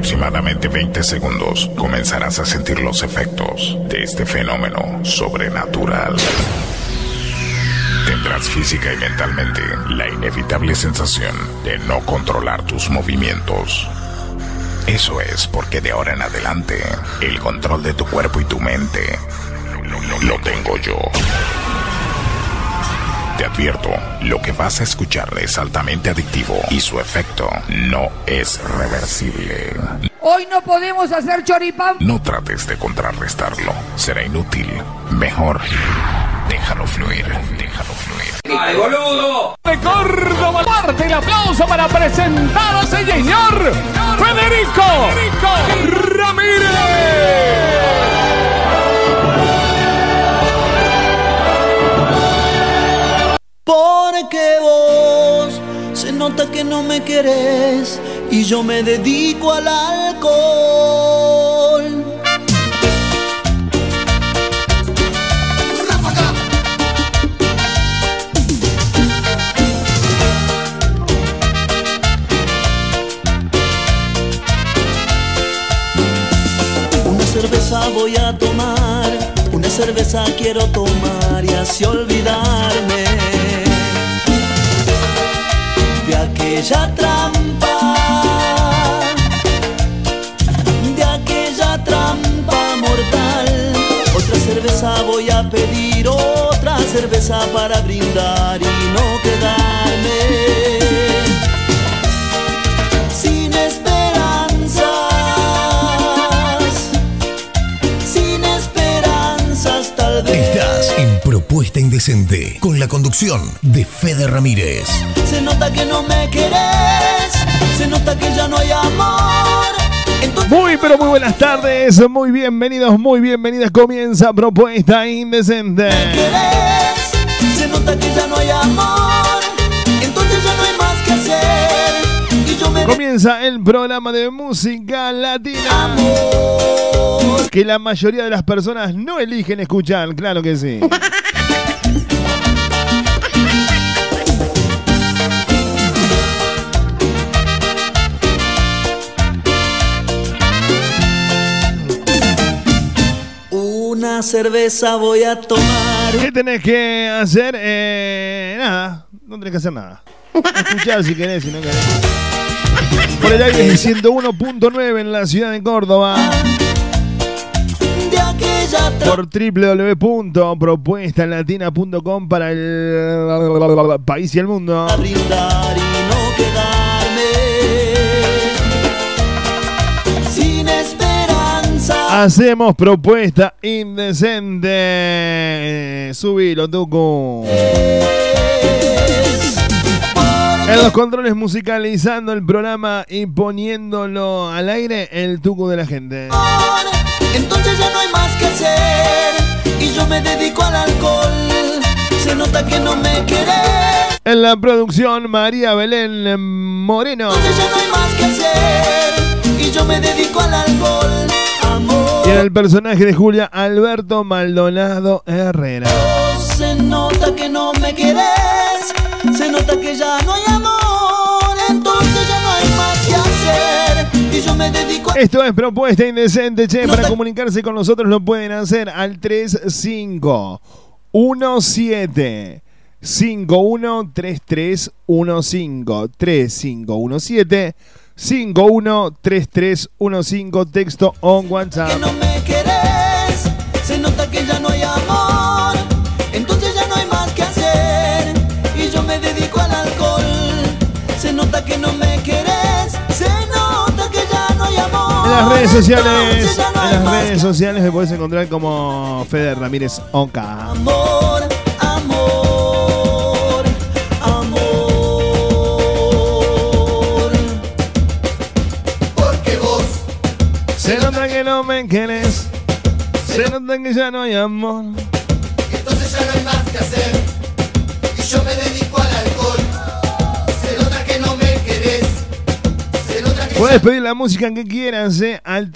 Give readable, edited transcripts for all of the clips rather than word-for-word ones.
aproximadamente 20 segundos comenzarás a sentir los efectos de este fenómeno sobrenatural. Tendrás física y mentalmente la inevitable sensación de no controlar tus movimientos. Eso es porque de ahora en adelante, el control de tu cuerpo y tu mente lo tengo yo. Te advierto, lo que vas a escuchar es altamente adictivo y su efecto no es reversible. Hoy no podemos hacer choripán. No trates de contrarrestarlo, será inútil. Mejor, déjalo fluir, déjalo fluir. ¡Ay, boludo! De Córdoba, parte el aplauso para presentar a ese señor Federico Ramírez. Porque vos se nota que no me querés y yo me dedico al alcohol. Una cerveza voy a tomar, una cerveza quiero tomar y así olvidarme de aquella trampa mortal. Otra cerveza voy a pedir, otra cerveza para brindar y no quedarme sin esperanzas, sin esperanzas tal vez. Estás en Propuesta Indecente, con la conducción de Fede Ramírez. Se nota que no me querés, se nota que ya no hay amor. Entonces... Muy pero muy buenas tardes, muy bienvenidos, muy bienvenidas. Comienza Propuesta Indecente. Me querés, se nota que ya no hay amor. Entonces ya no hay más que hacer. Y yo me... Comienza el programa de música latina. Amor. Que la mayoría de las personas no eligen escuchar, claro que sí. Una cerveza voy a tomar. ¿Qué tenés que hacer? Nada, no tenés que hacer nada. Escuchar si querés, si no querés. Por el aire 101.9 en la ciudad de Córdoba. De aquella Por www.propuestalatina.com para el país y el mundo. a brindar y no quedarme sin esperanza. Hacemos Propuesta Indecente. Subilo, Tucu. En los controles, musicalizando el programa y poniéndolo al aire, el Tucu de la gente. Entonces ya no hay más que hacer y yo me dedico al alcohol. Se nota que no me querés. En la producción, María Belén Moreno. Entonces ya no hay más que hacer y yo me dedico al alcohol. Amor. Y en el personaje de Julia, Alberto Maldonado Herrera. Se nota que no me querés. Se nota que ya no hay amor. Entonces ya no hay más que hacer y yo me dedico a... Esto es Propuesta Indecente, che. Para comunicarse con nosotros lo pueden hacer al 3517 513315 3517 513315, texto on WhatsApp. Que no me querés, se nota que ya no hay amor. Entonces ya no hay más que hacer y yo me dedico al alcohol. Se nota que no me querés, se nota que ya no hay amor. En las redes sociales, Entonces ya no hay más que me puedes encontrar como Fede Ramírez OK. amor, amor, amor. Porque vos Se nota que no me querés, se nota que ya no hay amor. entonces ya no hay más que hacer y yo me dedico al alcohol. Se nota que no me querés, se nota que Puedes pedir la música que quieras al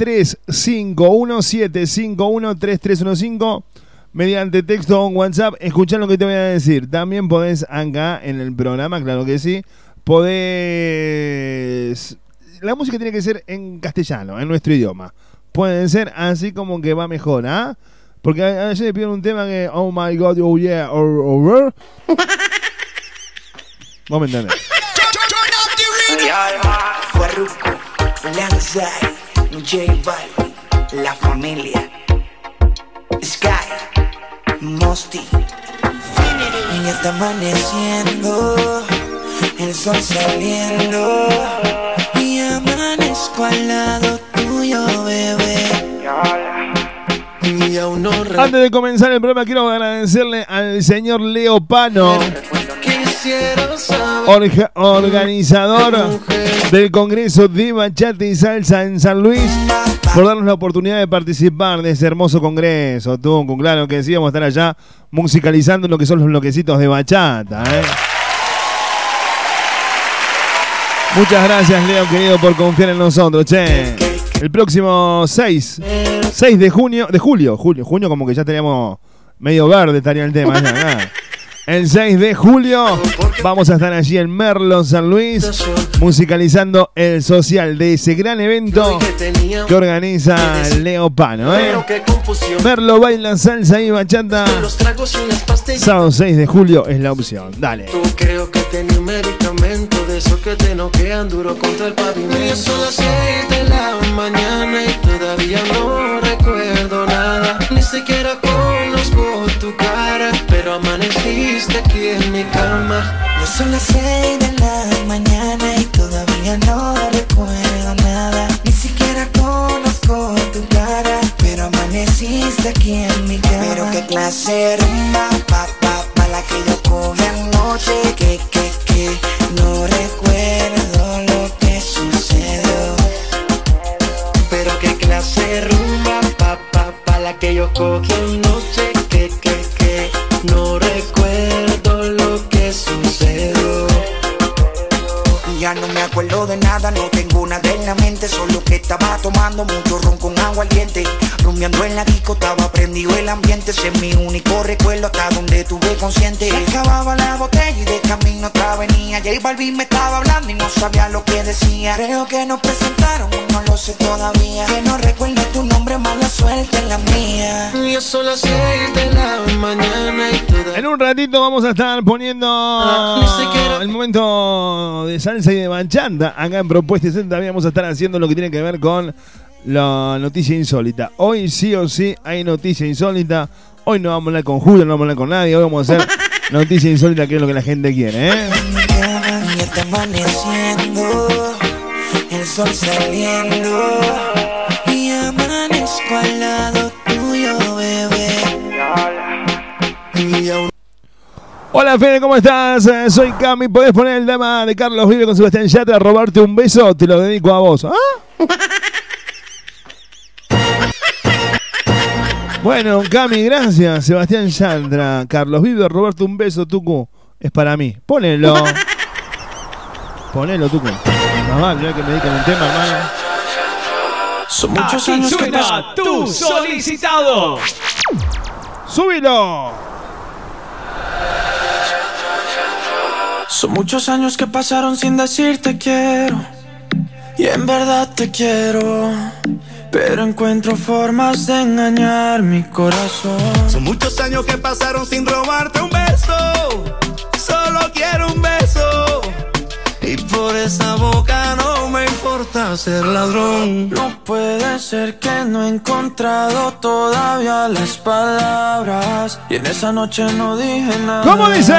3517513315 mediante texto o WhatsApp. Escuchá lo que te voy a decir. También podés acá en el programa, claro que sí, podés la música tiene que ser en castellano, en nuestro idioma. Puede ser así como que va mejor, ¿ah? Porque a veces me piden un tema que, oh my god, oh yeah, over. Vos me entendés. Farruko, Lanzai, J Balvin, La Familia, Sky, Mosty. Y ya está amaneciendo, el sol saliendo, y amanezco al lado tuyo, bebé. Y aún no antes de comenzar el programa, quiero agradecerle al señor Leo Pano, organizador del Congreso de Bachata y Salsa en San Luis, por darnos la oportunidad de participar de ese hermoso congreso. Tunco, claro que sí, vamos a estar allá musicalizando lo que son los bloquecitos de bachata, ¿eh? Muchas gracias, Leo, querido, por confiar en nosotros, che. El próximo 6 de julio, como que ya teníamos medio verde, estaría el tema ya, ¿no? El 6 de julio vamos a estar allí en Merlo, San Luis, musicalizando el social de ese gran evento que organiza Leo Pano, ¿eh? Merlo baila salsa y bachata. Sábado 6 de julio es la opción. Dale. Creo que tenía un medicamento de esos que te noquean duro contra el pavimento. Son las 6 de la mañana y todavía no recuerdo nada. Ni siquiera conozco tu cara, pero amaneciste aquí en mi cama. Ya son las 6 de la mañana y todavía no recuerdo nada. Ni siquiera conozco tu cara, pero amaneciste aquí en mi cama. Pero qué clase de rumba, pa' la que yo cogí anoche. Que no recuerdo lo que sucedió. Pero qué clase de rumba, pa' la que yo cogí anoche. Que no recuerdo lo que sucedió. Ya no me acuerdo de nada, no tengo nada en la mente. Solo que estaba tomando mucho ron con agua al diente. Rumiando en la disco, estaba prendido el ambiente. Ese es mi único recuerdo hasta donde tuve consciente. Se acababa la botella y de camino otra venía. J Balvin me estaba hablando y no sabía lo que decía. Creo que nos presentaron, no lo sé todavía. Que no recuerdo tu nombre, mala suerte en la mía. Ya son las 6 de la mañana y todavía... En un ratito vamos a estar poniendo el momento de salsa y de bachata acá en Propuesta y también vamos a estar haciendo lo que tiene que ver con la noticia insólita. Hoy sí o sí hay noticia insólita. Hoy no vamos a hablar con Julio, no vamos a hablar con nadie. Hoy vamos a hacer noticia insólita, que es lo que la gente quiere, ¿eh? Ya está amaneciendo, el sol saliendo, y amanezco al lado tuyo, bebé. Hola Fede, ¿cómo estás? Soy Cami. ¿Podés poner el tema de Carlos Vive con Sebastián Yatra, Robarte un beso? Te lo dedico a vos. ¿Ah? Bueno, Cami, gracias. Sebastián Yatra, Carlos Vive, Robarte un beso, Tucu. Es para mí. Ponelo, Tucu. Mamá, mira que me dedican un tema, hermano. Son muchos Aquí años que suena tu solicitado. ¡Súbilo! Son muchos años que pasaron sin decirte quiero. Y en verdad te quiero, pero encuentro formas de engañar mi corazón. Son muchos años que pasaron sin robarte un beso. Solo quiero un beso. Y por esa boca no me importa ser ladrón. No puede ser que no he encontrado todavía las palabras. Y en esa noche no dije nada. ¿Cómo dice?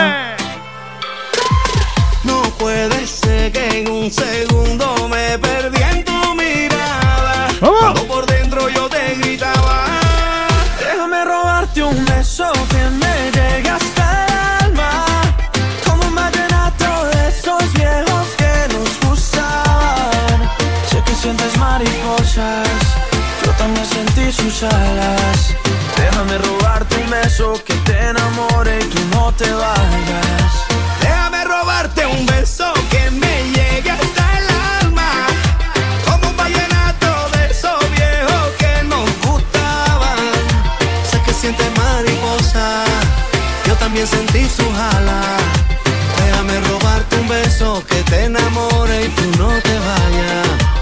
No puede ser que en un segundo me perdí en tu mirada. ¿Cómo? Cuando por dentro yo te gritaba. Déjame robarte un beso que me llegue hasta el alma. Como un vallenato de esos viejos que nos gustaban. Sé que sientes mariposas, yo también sentí sus alas. Déjame robarte un beso que te enamore y tú no te vayas. Déjame robarte un beso que me llegue hasta el alma. Como un vallenato de esos viejos que nos gustaban. Sé que sientes mariposa, yo también sentí sus alas. Déjame robarte un beso que te enamore y tú no te vayas.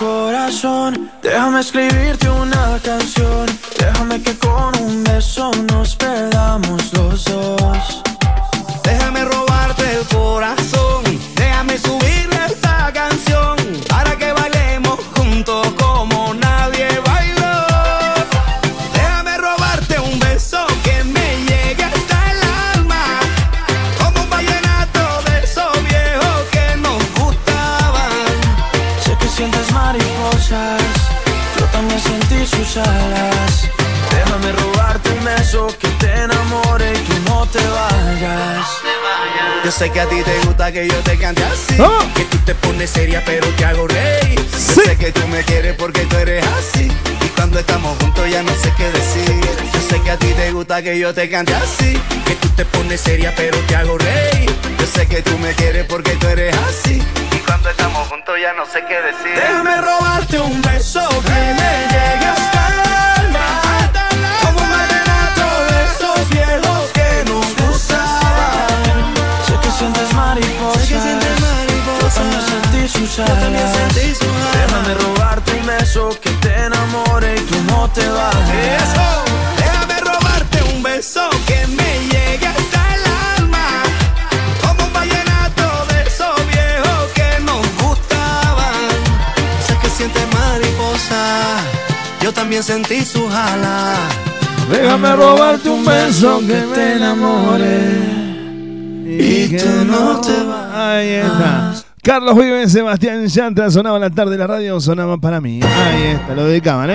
corazón. Déjame escribirte una canción. Déjame que con un beso nos perdamos los dos. Déjame robarte el corazón. Déjame subirle esta canción para que bailemos juntos como nadie bailó. Déjame robarte un beso que me llegue hasta el alma, como un vallenato de esos viejos que nos gustaban. Sé que sientes mariposas, yo también sentí sus alas. Déjame robarte un beso que te enamore y tú no te vayas. Yo sé que a ti te gusta que yo te cante así, que tú te pones seria pero te hago reír. Yo sé que tú me quieres porque tú eres así, y cuando estamos juntos ya no sé qué decir. Yo sé que a ti te gusta que yo te cante así, que tú te pones seria pero te hago reír. Yo sé que tú me quieres porque tú eres así, y cuando estamos juntos ya no sé qué decir. Déjame robarte un beso que me llegue hasta el alma, como un vallenato de esos viejos que nos gustaban. Sé que sientes mariposas, yo también sentí sus alas. Déjame robarte un beso que te enamore y tú no te vayas. Déjame robarte un beso que me llegue hasta el alma, como un vallenato de esos viejos que nos gustaban. Sé que sientes mariposa, yo también sentí sus alas. Déjame robarte un beso que te enamore y tú no te vas. Ahí está. Carlos Vives, Sebastián Yatra, sonaba en la tarde de la radio, sonaba para mí. Ahí está, lo dedicaban,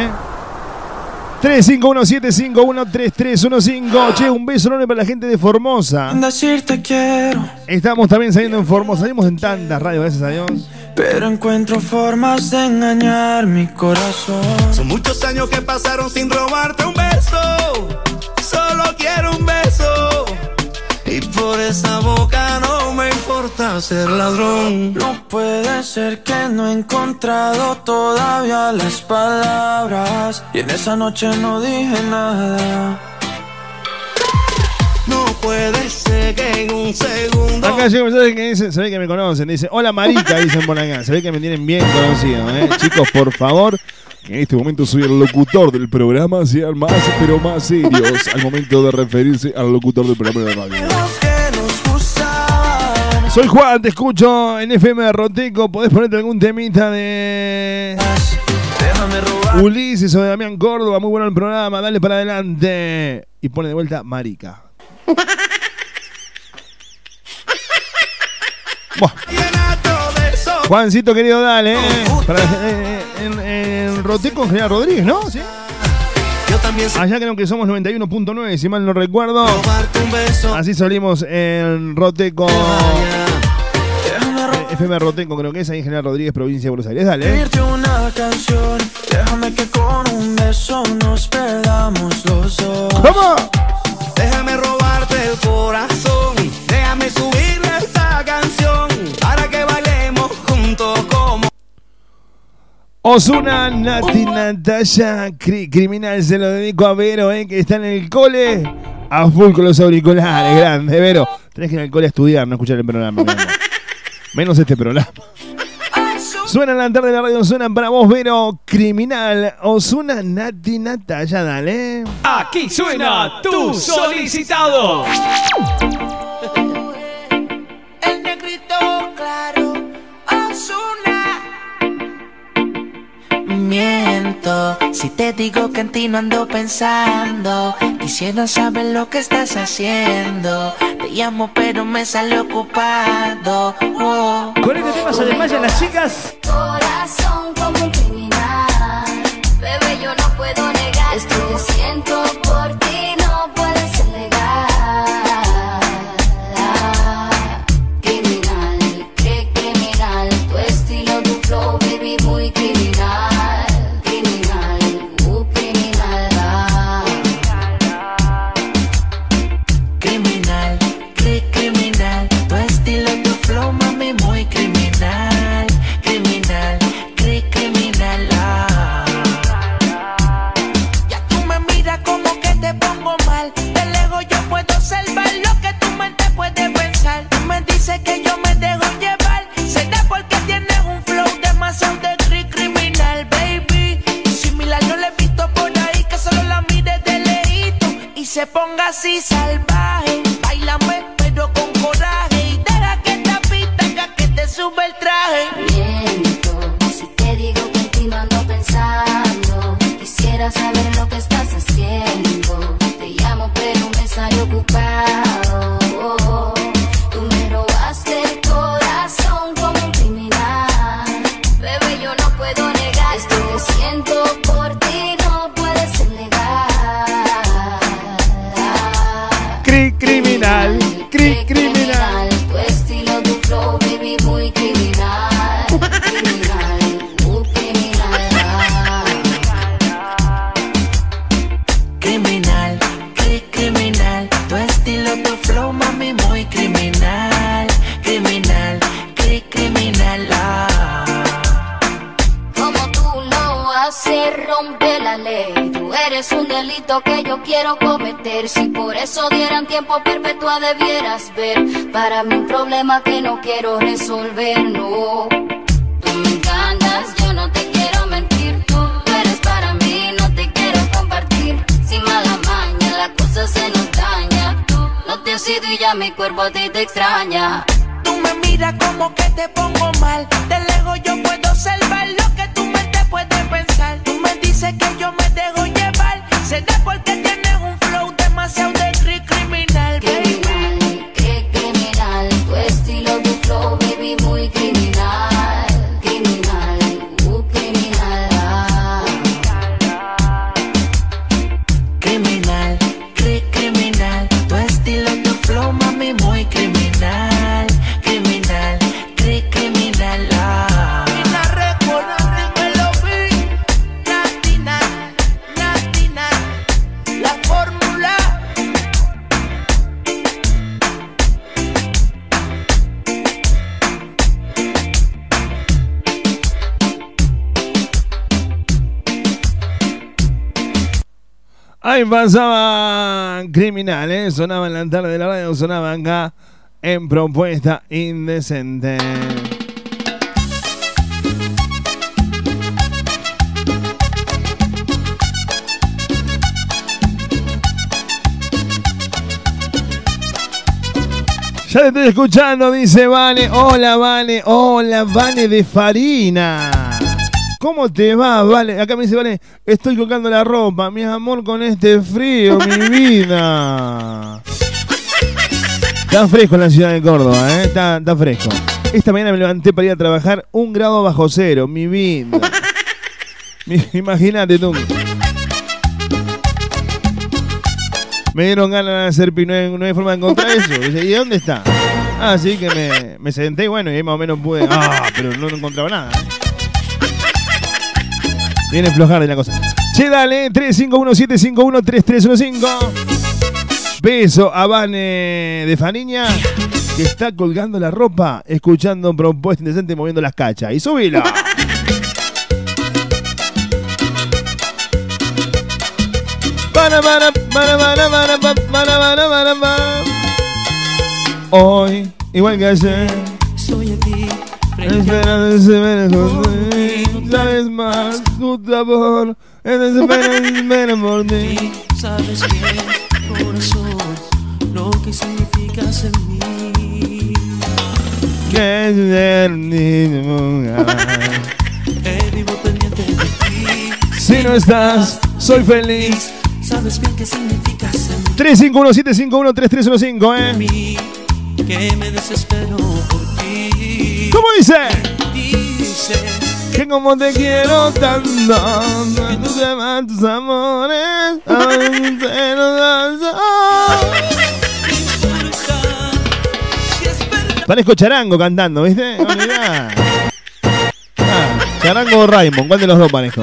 351-751-3315. Che, un beso enorme para la gente de Formosa. Decirte quiero. Estamos también saliendo en Formosa, salimos en tantas radios, gracias a Dios. Pero encuentro formas de engañar mi corazón. Son muchos años que pasaron sin robarte un beso. Solo quiero un beso, y por esa boca no me importa ser ladrón. No puede ser que no he encontrado todavía las palabras, y en esa noche no dije nada. No puede ser que en un segundo. Acá llega un mensaje que dice, se ve que me conocen, dice, hola Marica, dicen por acá, se ve que me tienen bien conocido, Chicos, por favor, que en este momento soy el locutor del programa, sean más, pero más serios al momento de referirse al locutor del programa de radio. Soy Juan, te escucho en FM Roteco, podés ponerte algún temita de Ulises o de Damián Córdoba, muy bueno el programa, dale para adelante. Y pone de vuelta Marica. Juancito querido, dale, en Roteco en General Rodríguez, ¿no? ¿Sí? Allá creo que somos 91.9, si mal no recuerdo. Así salimos en Roteco, FM Roteco, creo que es ahí en General Rodríguez, provincia de Buenos Aires. Dale. Una canción, déjame que con un beso nos perdamos los dos. ¿Cómo? Déjame robarte el corazón, déjame subirle esta canción para que bailemos juntos como Ozuna, Nati, Natalia, criminal, se lo dedico a Vero, que está en el cole a full con los auriculares, grande, Vero. Tenés que ir al cole a estudiar, no escuchar el programa. Menos este programa. Suena en la tarde de la radio, suena para vos, Vero, criminal. Ozuna, Nati, Natalia, dale. Aquí suena tu solicitado. El negrito claro, Ozuna. Miento si te digo que en ti no ando pensando. Quisiera saber lo que estás haciendo. Te llamo pero me sale ocupado. Con este tema se desmayan las chicas. Corazón como un criminal, bebé, yo no puedo negar esto que siento por ti, no puede ser legal. Criminal, qué criminal, tu estilo, tu flow, baby, muy criminal. Criminal, criminal. Criminal, criminal, tu estilo, tu flow, mami, muy criminal. Criminal, criminal. así salvaje. Báilame pero con coraje y deja que esta pista haga que te sube el traje. Miento, si te digo que en ti no ando pensando. Quisiera saber lo que estás haciendo. Te llamo pero me sale ocupado. Tú me robaste el corazón como un criminal. Bebé, yo no puedo negar esto que siento por ti, no puede ser legal. Criminal, criminal. Tu estilo, tu flow, baby, muy criminal. Criminal, criminal. Criminal, criminal. Tu estilo, tu flow, mami, muy criminal. Criminal, criminal. Como tú lo haces, rompe la ley. Tú eres un delito que yo quiero cometer. Si por eso dieran tiempo perpetua debieras ver. Para mí un problema que no quiero resolver, no. Tú me encantas, yo no te quiero mentir. Tú eres para mí, no te quiero compartir. Sin mala maña, la cosa se nos daña. Tú no te has ido y ya mi cuerpo a ti te extraña. Tú me miras como que te pongo mal. De lejos yo puedo observar lo que tu mente puede pensar. Tú me dices que yo me dejo llevar. Será porque tienes un flow demasiado de criminal, baby. Criminal, tu estilo, tu flow, baby, muy criminal. Criminal, criminal. Criminal, criminal. Tu estilo, tu flow, mami, muy criminal. Criminal, criminal. Y la recuerda, me lo vi. Natina, natina. La fórmula. Ahí pasaba Criminales, sonaba en la tarde de la radio, sonaba acá en Propuesta Indecente. Ya te estoy escuchando, dice Vane. Hola, Vane. Hola, Vane de Farina. ¿Cómo te va, Vale? Acá me dice, Vale, estoy colgando la ropa. Mi amor, con este frío, mi vida. Está fresco en la ciudad de Córdoba, ¿eh? Está fresco. Esta mañana me levanté para ir a trabajar 1 grado bajo cero, mi vida. Imagínate tú. Me dieron ganas de hacer pi, no hay forma de encontrar eso. Dice, ¿y dónde está? Así que me senté y bueno, y ahí más o menos pude. Pero no encontraba nada, ¿eh? Viene flojar de la cosa. Che, dale, 351-751-3315. Beso a Vane de Fariña, que está colgando la ropa, escuchando Propuesta Indecente, moviendo las cachas. Y subila. Hoy, igual que ayer, Estoy aquí, esperando que se me contigo. Una vez más, tu sabor, espera por ti. sabes bien, corazón, lo que significas en mí. Que Vivo pendiente de ti. si no estás, soy feliz. Sabes bien que significas en mí. 351-751-3315, Que me desespero por ti. ¿Cómo dice? Dice Que como te quiero tanto, que tú te vas tus amores, Parezco Charango cantando, ¿viste? No, mirá. Charango o Raymond, ¿cuál de los dos parezco?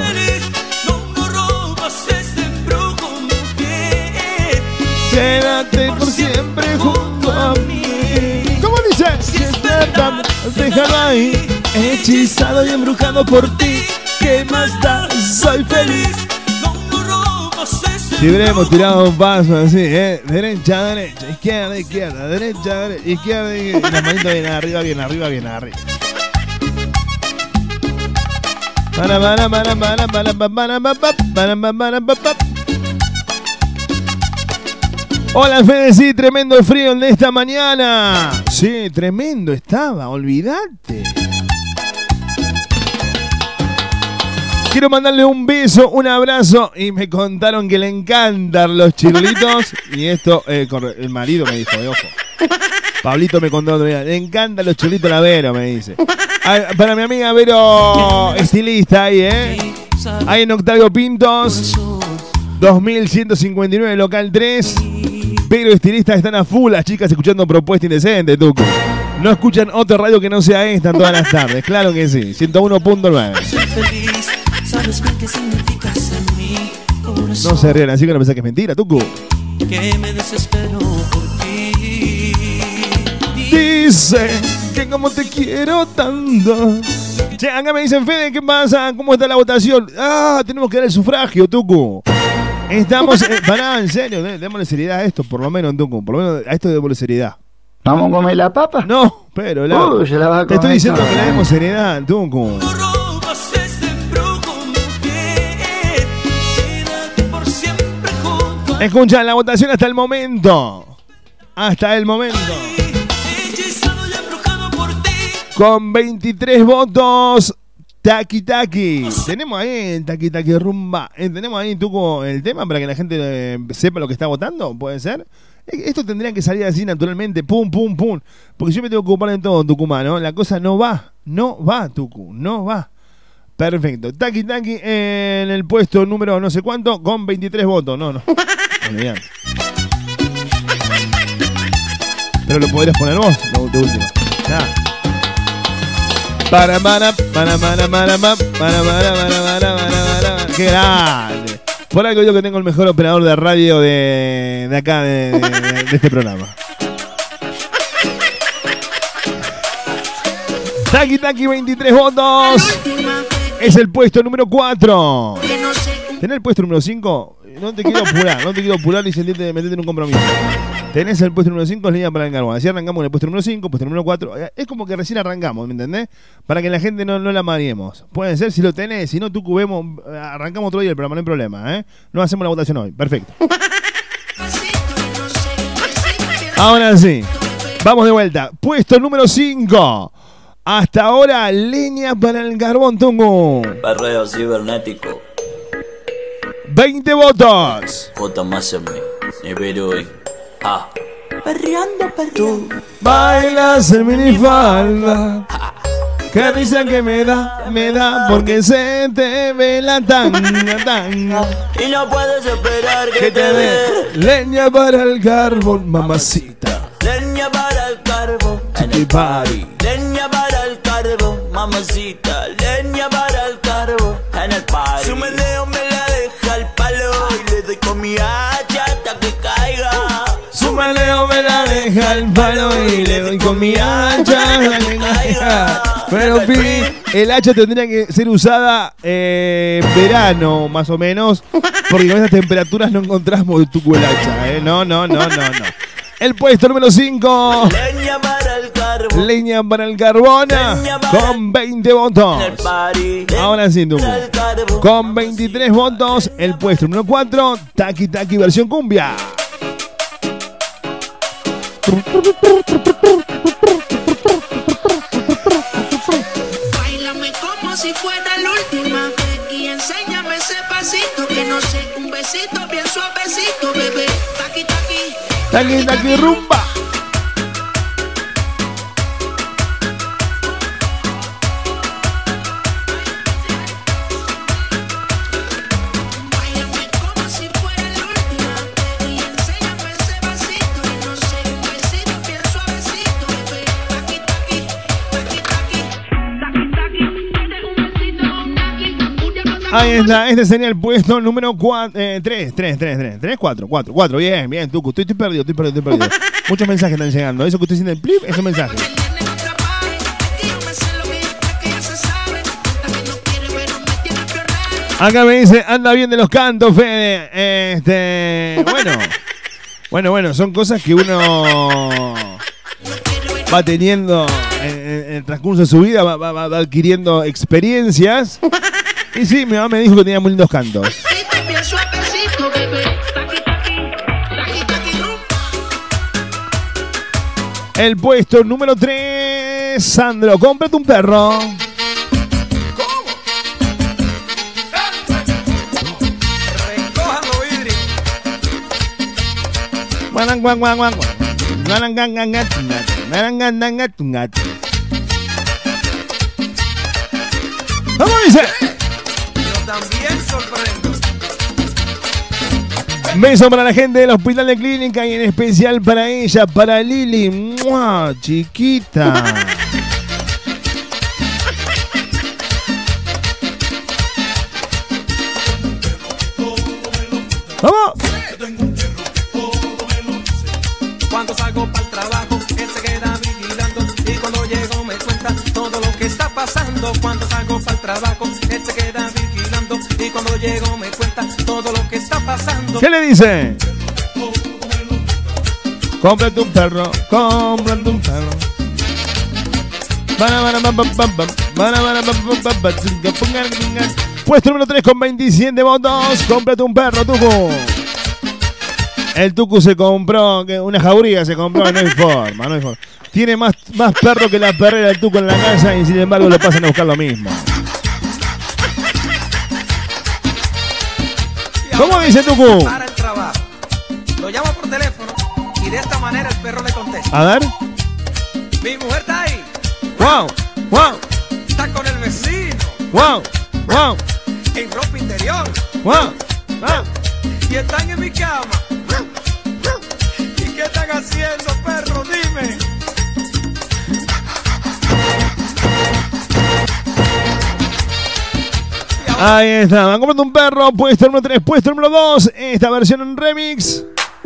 Quédate por siempre junto a mí. ¿Cómo dice? Si es verdad, déjalo ahí. Hechizado y embrujado por ti. ¿Qué más da? Soy feliz. Si hubiéramos tirado un paso así, derecha, derecha, izquierda, izquierda, derecha, derecha, izquierda, y las manitos bien arriba, bien arriba, bien arriba. Hola Fede, sí, tremendo el frío el de esta mañana. Sí, tremendo estaba, olvídate. Quiero mandarle un beso, un abrazo y me contaron que le encantan los chirlitos. Y esto, el marido me dijo, ojo. Pablito me contó otro día, le encantan los chirlitos a la Vero, me dice. Para mi amiga Vero, estilista ahí, ahí en Octavio Pintos, 2159, local 3. Vero, estilista, están a full las chicas escuchando Propuesta Indecente, Tuco. No escuchan otra radio que no sea esta todas las tardes, claro que sí, 101.9. Sabes bien qué significas en mí. No se ríen así que no pensás que es mentira, Tucu. Que me desespero por ti. Dice que como te quiero tanto. Che, acá me dicen, Fede, ¿qué pasa? ¿Cómo está la votación? Tenemos que dar el sufragio, Tucu. Estamos, pará, en serio, démosle seriedad a esto, por lo menos, Tucu. Por lo menos a esto démosle seriedad. ¿Vamos a comer la papa? No, pero se la va a comer. te estoy diciendo que le demos seriedad, Tucu. Escuchan la votación hasta el momento. Hasta el momento. Con 23 votos. Taki Taki. Tenemos ahí el Taki Taki Rumba. Tenemos ahí, Tuco, el tema para que la gente sepa lo que está votando. ¿Puede ser? Esto tendría que salir así naturalmente. Pum, pum, pum. Porque yo me tengo que ocupar en todo, Tucumán, ¿no? La cosa no va. No va, Tucu. No va. Perfecto. Taki Taki en el puesto número no sé cuánto. Con 23 votos. No. Olvidate. Pero lo podrías poner vos, de último. Nada. Qué grande. Por algo yo que tengo el mejor operador de radio de acá, de este programa. Taki Taki, 23 votos. Es el puesto número 4. ¿Tenés el puesto número 5? No te quiero apurar ni sentirte meterte en un compromiso. Tenés el puesto número 5, es línea para el carbón. Así arrancamos en el puesto número 5, puesto número 4. Es como que recién arrancamos, ¿me entendés? Para que la gente no la mareemos. Puede ser si lo tenés, si no, tú cubemos, arrancamos otro día el programa, no hay problema, ¿eh? No hacemos la votación hoy, perfecto. Ahora sí, vamos de vuelta. Puesto número 5. Hasta ahora, línea para el carbón, Tungu. Perreo cibernético. 20 votos. J más en mí. Nivel hoy. Perreando, perreando. Bailas en minifalda. Qué risa que me da, porque se te ve la tanga. Y no puedes esperar que te dé leña para el carbón, mamacita. Leña para el carbón. Chiqui party. Leña para el carbón, mamacita. Leña para el carbón. En el party. Su meneo me la deja al palo y le doy con mi hacha hasta que caiga. Su meneo me la deja al palo y le doy con mi hacha hasta que caiga. Pero el hacha tendría que ser usada verano, más o menos, porque con esas temperaturas no encontramos tu el hacha, ¿eh? No. El puesto número 5. Leña para el carbón. Leña para el carbón. Con 20 votos. Ahora sí, tú. Con 23 votos. El puesto número 4. Taki Taki versión cumbia. Báilame como si fuera la última vez y enséñame ese pasito que no sé, un besito bien suavecito, bebé. Taki Taki. Taki Taki rumba. Ahí está, este sería el puesto número 3, 4, bien, Tucu, estoy perdido. Muchos mensajes están llegando, eso que usted siente el plip, esos mensajes. Acá me dice, anda bien de los cantos, Fede. Bueno, son cosas que uno va teniendo en el transcurso de su vida, va adquiriendo experiencias. Y sí, mi mamá me dijo que tenía muy lindos cantos. El puesto número 3, Sandro, cómprate un perro. ¿Cómo dice? Yo también sorprendo. Beso para la gente del Hospital de Clínica y en especial para ella, para Lili. ¡Mua! Chiquita. ¡Vamos! Cuando salgo para el trabajo, él se queda vigilando. Y cuando llego me cuenta todo lo que está pasando. Cuando salgo para el trabajo, él se queda vigilando. Y cuando llego me cuenta todo lo que está pasando. ¿Qué le dice? Cómprate un perro, cómprate un perro. Puesto número 3 con 27 votos. Cómprate un perro, Tucu. El Tucu se compró una jauría, se compró, no hay forma, no hay forma. Tiene más perro que la perrera del Tucu en la casa y sin embargo lo pasan a buscar lo mismo. ¿Cómo dice Tucu? Para el trabajo. Lo llamo por teléfono y de esta manera el perro le contesta. A ver. Mi mujer está ahí. ¡Wow! ¡Wow! Está con el vecino. ¡Wow! ¡Wow! En ropa interior. ¡Wow! ¡Wow! Y están en mi cama. ¿Y qué están haciendo, perro? Dime. Ahí está, van comprando un perro, puesto número 3, puesto número 2, esta versión en remix.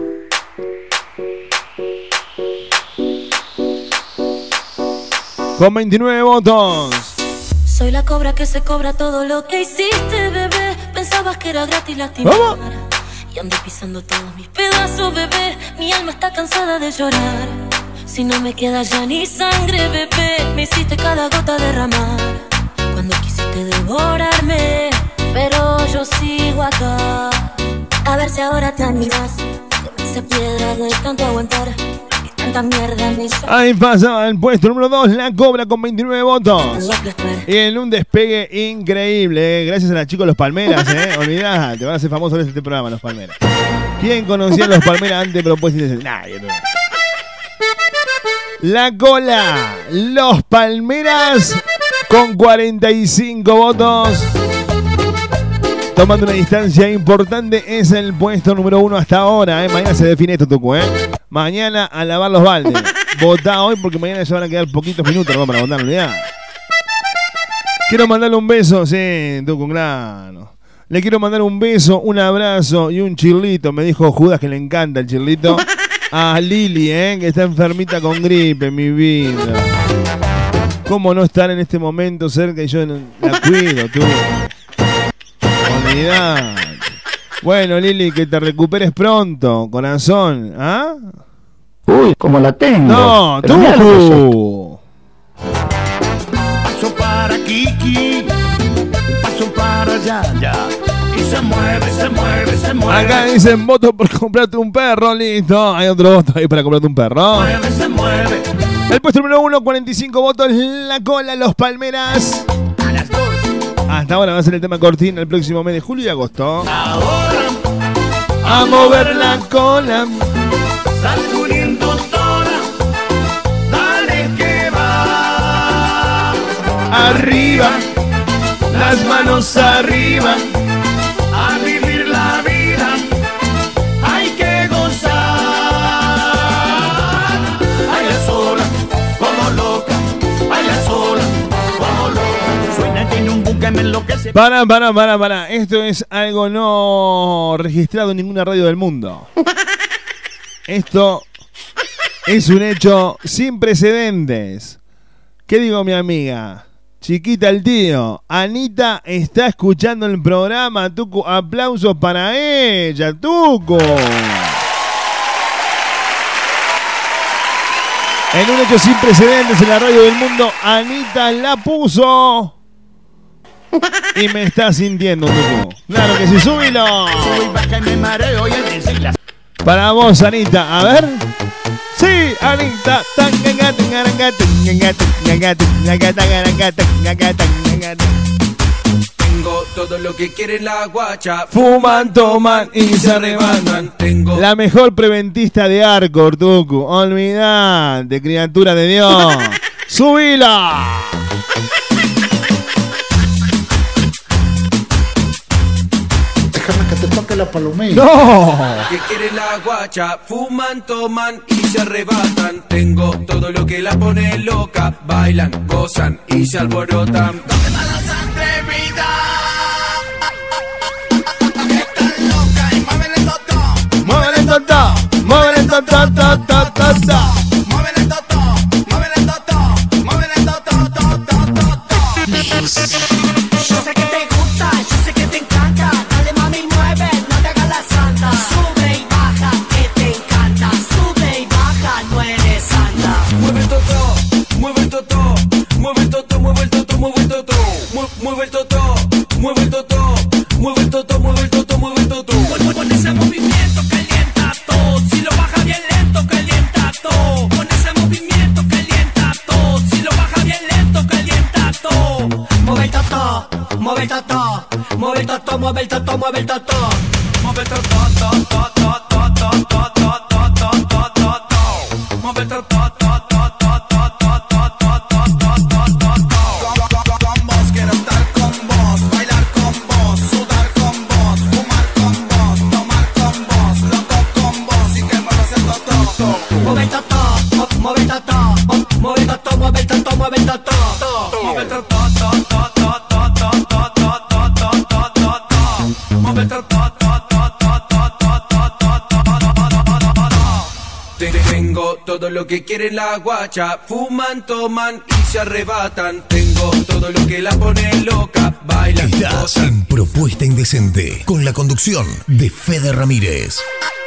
Con 29 votos. Soy la cobra que se cobra todo lo que hiciste, bebé. Pensabas que era gratis lastimar. Y ando pisando todos mis pedazos, bebé. Mi alma está cansada de llorar. Si no me queda ya ni sangre, bebé. Me hiciste cada gota derramar. Cuando quisiste devorarme, pero yo sigo acá. A ver si ahora te animas. Que me hice piedra de tanto aguantar. Que tanta mierda me hizo. Ahí pasaba el puesto número 2, la cobra con 29 votos. Y en un despegue increíble, gracias a los chicos de Los Palmeras, olvidate, van a ser famosos en este programa, Los Palmeras. ¿Quién conocía a Los Palmeras antes propuestas? Nadie. La cola, Los Palmeras con 45 votos. Tomando una distancia importante, es el puesto número 1 hasta ahora. Mañana se define esto, Tucu. Mañana a lavar los baldes. Votá hoy porque mañana se van a quedar poquitos minutos, ¿no? Para votar, ya. Quiero mandarle un beso, sí, Tucu, claro. Le quiero mandar un beso, un abrazo y un chirlito. Me dijo Judas que le encanta el chirlito. A Lili, que está enfermita con gripe, mi vida. ¿Cómo no estar en este momento cerca y yo la cuido, tú? Olvidad. Bueno, Lili, que te recuperes pronto, corazón. ¿Ah? Uy, ¿cómo la tengo? No, Pero mira lo que tú. Paso para Kiki, paso para Yaya. Y se mueve, se mueve, se mueve. Acá dicen voto por comprarte un perro, listo. Hay otro voto ahí para comprarte un perro. Mueve, se mueve. El puesto número 1, 45 votos, la cola, Los Palmeras. A las 2. Hasta ahora va a ser el tema cortina el próximo mes de julio y agosto. Ahora, a mover la cola. sacudiendo toda. Dale que va. Arriba, las manos arriba. A vivir la vida. Hay que gozar. Baila sola, como loca. Baila sola, como loca. Suena tiene un buque, me enloquece. Para. Esto es algo no registrado en ninguna radio del mundo. Esto es un hecho sin precedentes. ¿Qué digo, mi amiga? Chiquita el tío. Anita está escuchando el programa, Tucu. Aplausos para ella, Tucu. En un hecho sin precedentes en la radio del mundo, Anita la puso. Y me está sintiendo, Tucu. Claro que sí, súbilo. Soy baja y me mareo y el Para vos, Anita. A ver. Sí, Anita. Tengo todo lo que quiere la guacha. Fuman, toman y se arrebatan. Tengo la mejor preventista de Arco, Tucu. Olvidate, criatura de Dios. ¡Subila! Déjame que te toque la palomilla. ¡No! que quiere la guacha. Fuman, toman y se arrebatan. Tengo todo lo que la pone loca. Bailan, gozan y se alborotan. ¿Dónde están las atrevidas? Están locas y mueven el totó. Mueven el totó. Mueven el totó, totó, totó. Mueven el totó. Mueven el totó. Mueven el totó, totó, totó. Yo sé que te gusta, yo sé que te encanta. Dale mami, mueve, no te hagas la santa. Sube y baja, que te encanta. Sube y baja, no eres santa. Mueve el totó, mueve el totó. Mueve el totó, mueve el totó, mueve el totó. Mueve el totó, mueve el totó. Mueve el totó, mueve el totó, mueve el totó. Con ese movimiento calienta todo. Si lo baja bien lento, calienta todo. Con ese movimiento calienta todo. Si lo baja bien lento, calienta todo. Mueve el totó, mueve el totó. Mueve el totó, mueve el totó, mueve el totó. Mueve el totó, totó, totó, totó, totó, totó, totó, totó. Mueve el totó, totó, totó, totó, totó, totó, totó. Con vos quiero estar con vos, bailar con vos, sudar con vos, fumar con vos, tomar con vos, loco con vos y que muevas el totó. Mueve el totó, mueve el totó. Mueve el totó, mueve el totó, mueve el totó. Mueve el totó, totó, totó, totó, totó, totó, totó, totó. Mueve el totó, totó, totó, totó, totó, totó. Tengo todo lo que quiere la guacha. Fuman, toman y se arrebatan. Tengo todo lo que la pone loca. Bailan, Estás gozan. en Propuesta Indecente con la conducción de Fede Ramírez.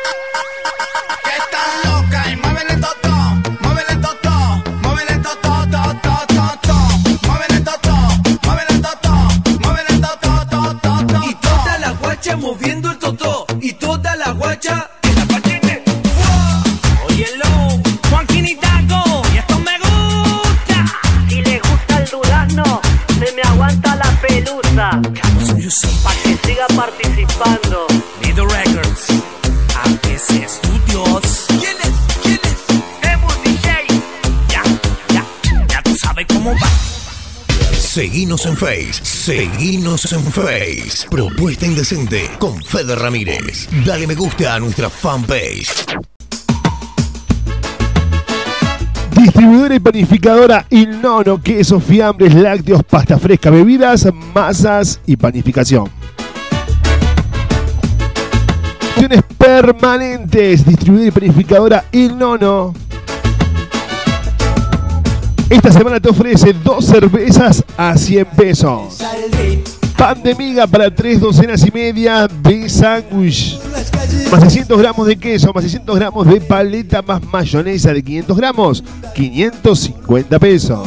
Están locas y mueven el totó. Mueven el totó. Mueven el totó, totó, totó. Mueven el totó. Mueven el totó. Mueven el totó, totó, totó. Y toda la guacha moviendo el totó. Y toda la guacha en la patina. Óyelo, Juanquín y Taco, y esto me gusta. Si le gusta el durazno, se me aguanta la pelusa. Pa' que siga participando. Nido Records, APC Studios. ¿Quién es? ¿Quién es? Emus DJ. Ya tú sabes cómo va. Seguinos en Face. Propuesta Indecente con Fede Ramírez. Dale me gusta a nuestra fanpage. Distribuidora y panificadora Il Nono, quesos, fiambres, lácteos, pasta fresca, bebidas, masas y panificación. Opciones permanentes. Distribuidora y panificadora Il Nono. Esta semana te ofrece 2 cervezas a 100 pesos. Pan de miga para 3 docenas y media de sándwich. Más 600 gramos de queso, más 600 gramos de paleta, más mayonesa de 500 gramos, 550 pesos.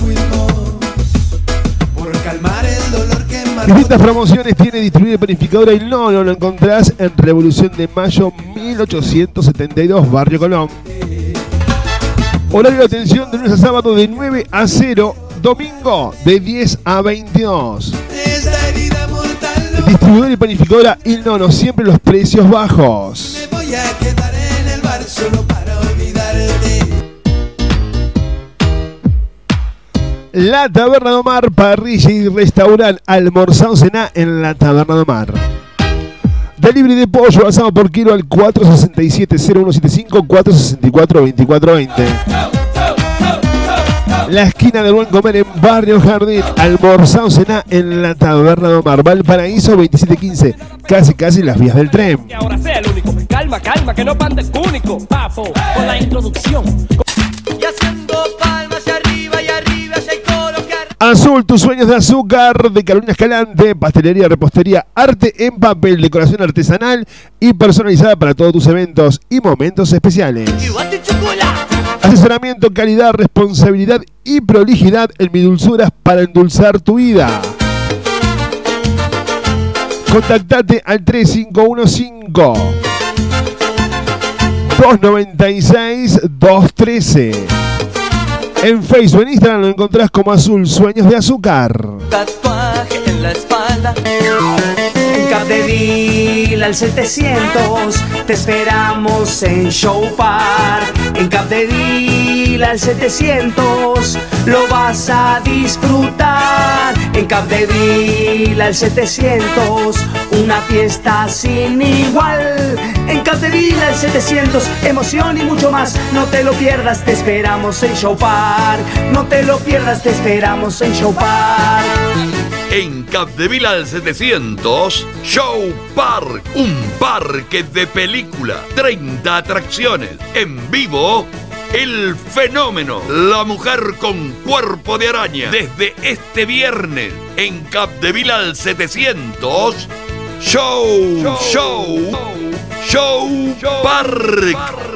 Distintas promociones tiene distribuidora y panificadora Il Nono. Lo encontrás en Revolución de Mayo 1872, Barrio Colón. Horario de atención de lunes a sábado de 9 a 0, domingo de 10 a 22. Distribuidora y panificadora Il Nono, siempre los precios bajos. Me voy a quedar en el bar solo para olvidarte. La Taberna do Mar, parrilla y restaurante, almorzado cená en la Taberna do Mar. Delivery de pollo asado por kilo al 467-0175, 464-2420. La esquina del Buen Comer en Barrio Jardín. Almorzado cená en la Taberna do Mar, Valparaíso 2715, casi las vías del tren. Y ahora sea el único. Calma, que no panda el único. Papo, con la introducción. Y haciendo palmas hacia arriba y arriba hacia el colocar. Azul, tus sueños de azúcar, de Carolina Escalante, pastelería, repostería, arte en papel, decoración artesanal y personalizada para todos tus eventos y momentos especiales. Asesoramiento, calidad, responsabilidad y prolijidad en Mi Dulzuras para endulzar tu vida. Contactate al 3515 296-213. En Facebook, en Instagram lo encontrás como Azul Sueños de Azúcar. Tatuaje en la espalda. En Capdeville al 700 te esperamos en Show Park. En Capdeville al 700 lo vas a disfrutar. En Capdeville al 700 una fiesta sin igual. En Capdeville al 700 emoción y mucho más. No te lo pierdas, te esperamos en Show Park. No te lo pierdas, te esperamos en Show Park. En Capdeville al 700, Show Park, un parque de película, 30 atracciones, en vivo, El Fenómeno, la mujer con cuerpo de araña, desde este viernes, en Capdeville al 700, Show Park.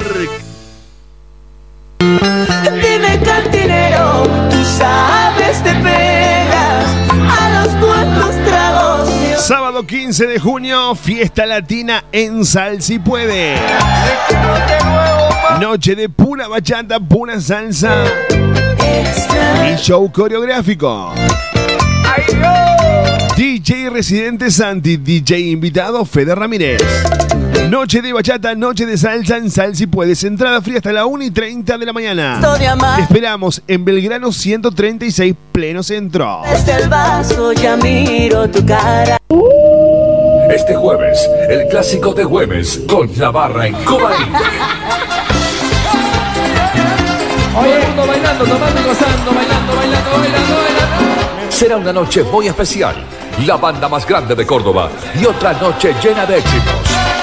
Dime cantinero, tú sabes te pegas a los buenos tragos. Sábado 15 de junio, fiesta latina en Sal Si Puede. Noche de pura bachata, pura salsa y show coreográfico. DJ residente Santi, DJ invitado Fede Ramírez. Noche de bachata, noche de salsa en Sal Si Puedes. Entrada fría hasta la 1:30 de la mañana. Te esperamos en Belgrano 136, pleno centro. Desde el vaso ya miro tu cara. Este jueves, el clásico de Güemes con la barra en Cuba Inc. Todo el mundo bailando, tomando y gozando, bailando. Será una noche muy especial. La banda más grande de Córdoba y otra noche llena de éxitos.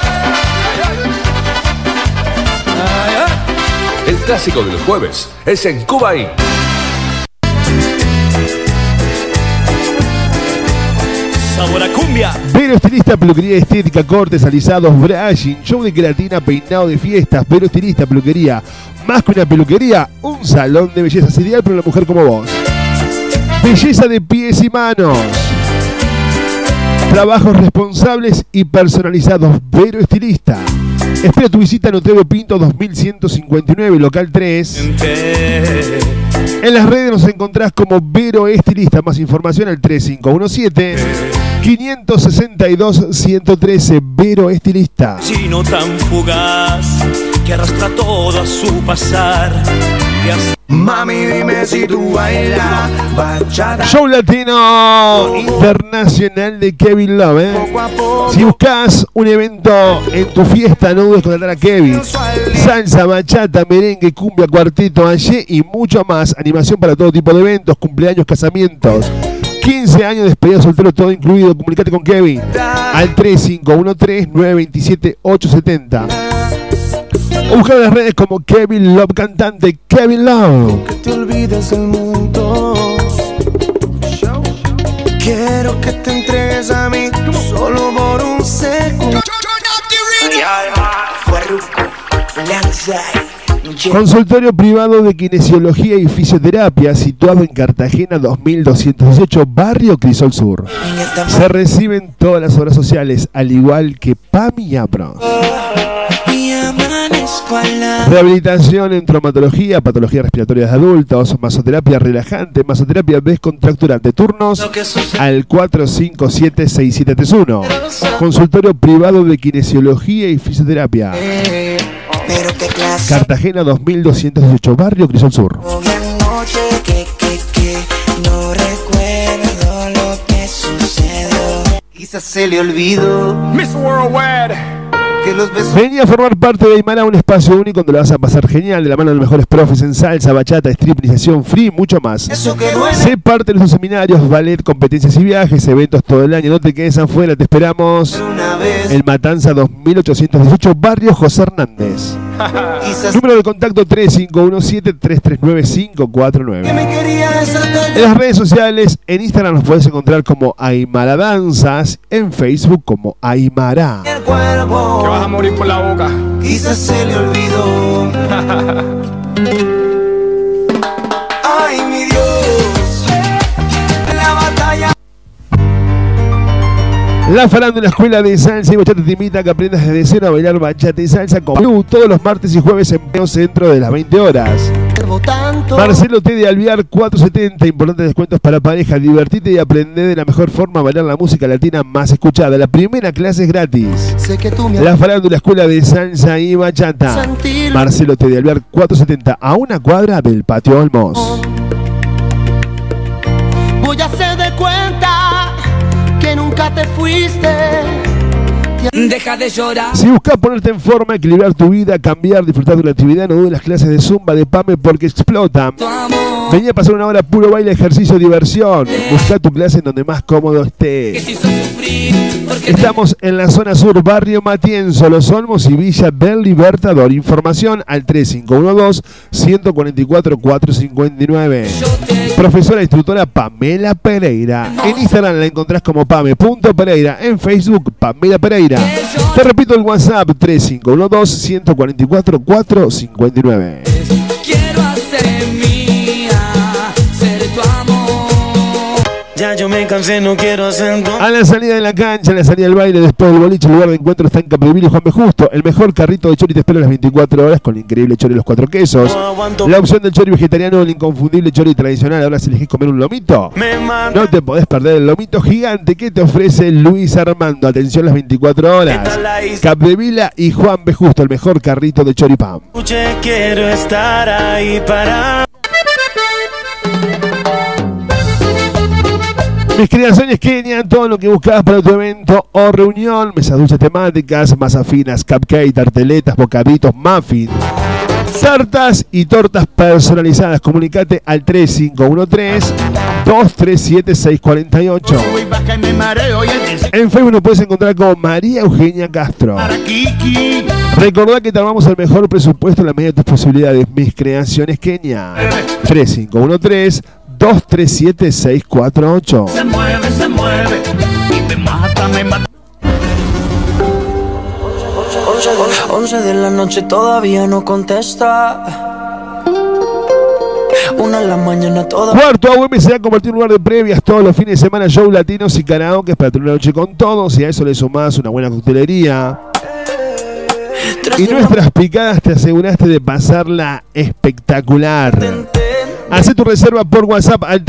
El clásico del jueves es en Cuba Inc. Sabor a cumbia. Vero Estilista, peluquería estética, cortes, alisados, brushing, show de queratina, peinado de fiestas. Vero Estilista, peluquería. Más que una peluquería, un salón de bellezas ideal para una mujer como vos. Belleza de pies y manos. Trabajos responsables y personalizados. Vero Estilista. Espera tu visita en Otero Pinto 2159, local 3. En las redes nos encontrás como Vero Estilista. Más información al 3517-562-113. Vero Estilista. Chino tan fugaz que arrastra todo a su pasar. Mami, dime si tú bailas bachata. Show latino internacional de Kevin Love, Si buscas un evento en tu fiesta, no dudes en contratar a Kevin. Salsa, bachata, merengue, cumbia, cuarteto, ayer y mucho más. Animación para todo tipo de eventos, cumpleaños, casamientos. 15 años de despedida soltero, todo incluido. Comunicate con Kevin al 3513-927-870. O buscar en las redes como Kevin Love Cantante. Kevin Love. Que te olvides del mundo. Quiero que te entregues a mí solo por un segundo. Consultorio privado de kinesiología y fisioterapia situado en Cartagena 2218, barrio Crisol Sur. Se reciben todas las obras sociales, al igual que PAMI y APRO. Rehabilitación en traumatología, patologías respiratorias de adultos, masoterapia relajante, masoterapia descontracturante. Turnos al 457-6731. Consultorio privado de kinesiología y fisioterapia. Cartagena 2218, barrio Crisol Sur. No recuerdo lo que sucedió. Quizás se le olvidó. Miss Worldwide. Vení a formar parte de Aymara, un espacio único donde lo vas a pasar genial, de la mano de los mejores profes en salsa, bachata, strip, iniciación, free y mucho más. Sé parte de nuestros seminarios, ballet, competencias y viajes, eventos todo el año. No te quedes afuera, te esperamos. El Matanza 2818, barrio José Hernández. Número de contacto 3517-339-549. En las redes sociales, en Instagram nos puedes encontrar como Aymara Danzas, en Facebook como Aymara. Que vas a morir por la boca. Quizás se le olvidó. Ay, mi Dios. La batalla. La Farándula Escuela de Salsa y Bachata te invita a que aprendas desde cero a bailar bachata y salsa con Blue todos los martes y jueves en Pleno Centro de las 20 horas. Marcelo T. de Alvear 470, importantes descuentos para pareja. Divertite y aprende de la mejor forma a bailar la música latina más escuchada. La primera clase es gratis. La Farándula Escuela de Salsa y Bachata. Marcelo T. de Alvear 470, a una cuadra del Patio Olmos. Voy a hacer de cuenta que nunca te fuiste. Deja de llorar. Si buscas ponerte en forma, equilibrar tu vida, cambiar, disfrutar de una actividad, no dudes las clases de Zumba de PAME porque explotan. Vení a pasar una hora puro baile, ejercicio, diversión. Busca tu clase en donde más cómodo estés. Estamos en la zona sur, barrio Matienzo, Los Olmos y Villa del Libertador. Información al 3512-144-459. Profesora instructora Pamela Pereira. En Instagram la encontrás como pame.pereira. En Facebook, Pamela Pereira. Te repito el WhatsApp 3512-144-459. Quiero hacer mía, ser tu amor. Ya yo me cansé, no quiero hacerlo. A la salida de la cancha, a la salida del baile, después del boliche, el lugar de encuentro está en Capdevila y Juan B. Justo. El mejor carrito de chori te espera a las 24 horas con el increíble chori de los 4 quesos. La opción del chori vegetariano, el inconfundible chori tradicional. Ahora si elegís comer un lomito, no te podés perder el lomito gigante que te ofrece Luis Armando. Atención las 24 horas. Capdevila y Juan B. Justo, el mejor carrito de choripán. Quiero estar ahí para... Mis creaciones Kenia, todo lo que buscabas para tu evento o reunión, mesas dulces temáticas, masas finas, cupcake, tarteletas, bocaditos, muffins, tartas y tortas personalizadas. Comunicate al 3513-237-648. En Facebook nos puedes encontrar como María Eugenia Castro. Recordá que te armamos el mejor presupuesto en la medida de tus posibilidades. Mis creaciones Kenia. 3513-237-648. Se mueve y me mata, me mata. 11 de la noche todavía no contesta. 1 de la mañana todavía. Cuarto AUM se ha convertido en un lugar de previas todos los fines de semana, show latinos y karaoke para tener una noche con todos. Y a eso le sumás una buena coctelería y nuestras picadas. Te aseguraste de pasarla espectacular. Hacé tu reserva por WhatsApp al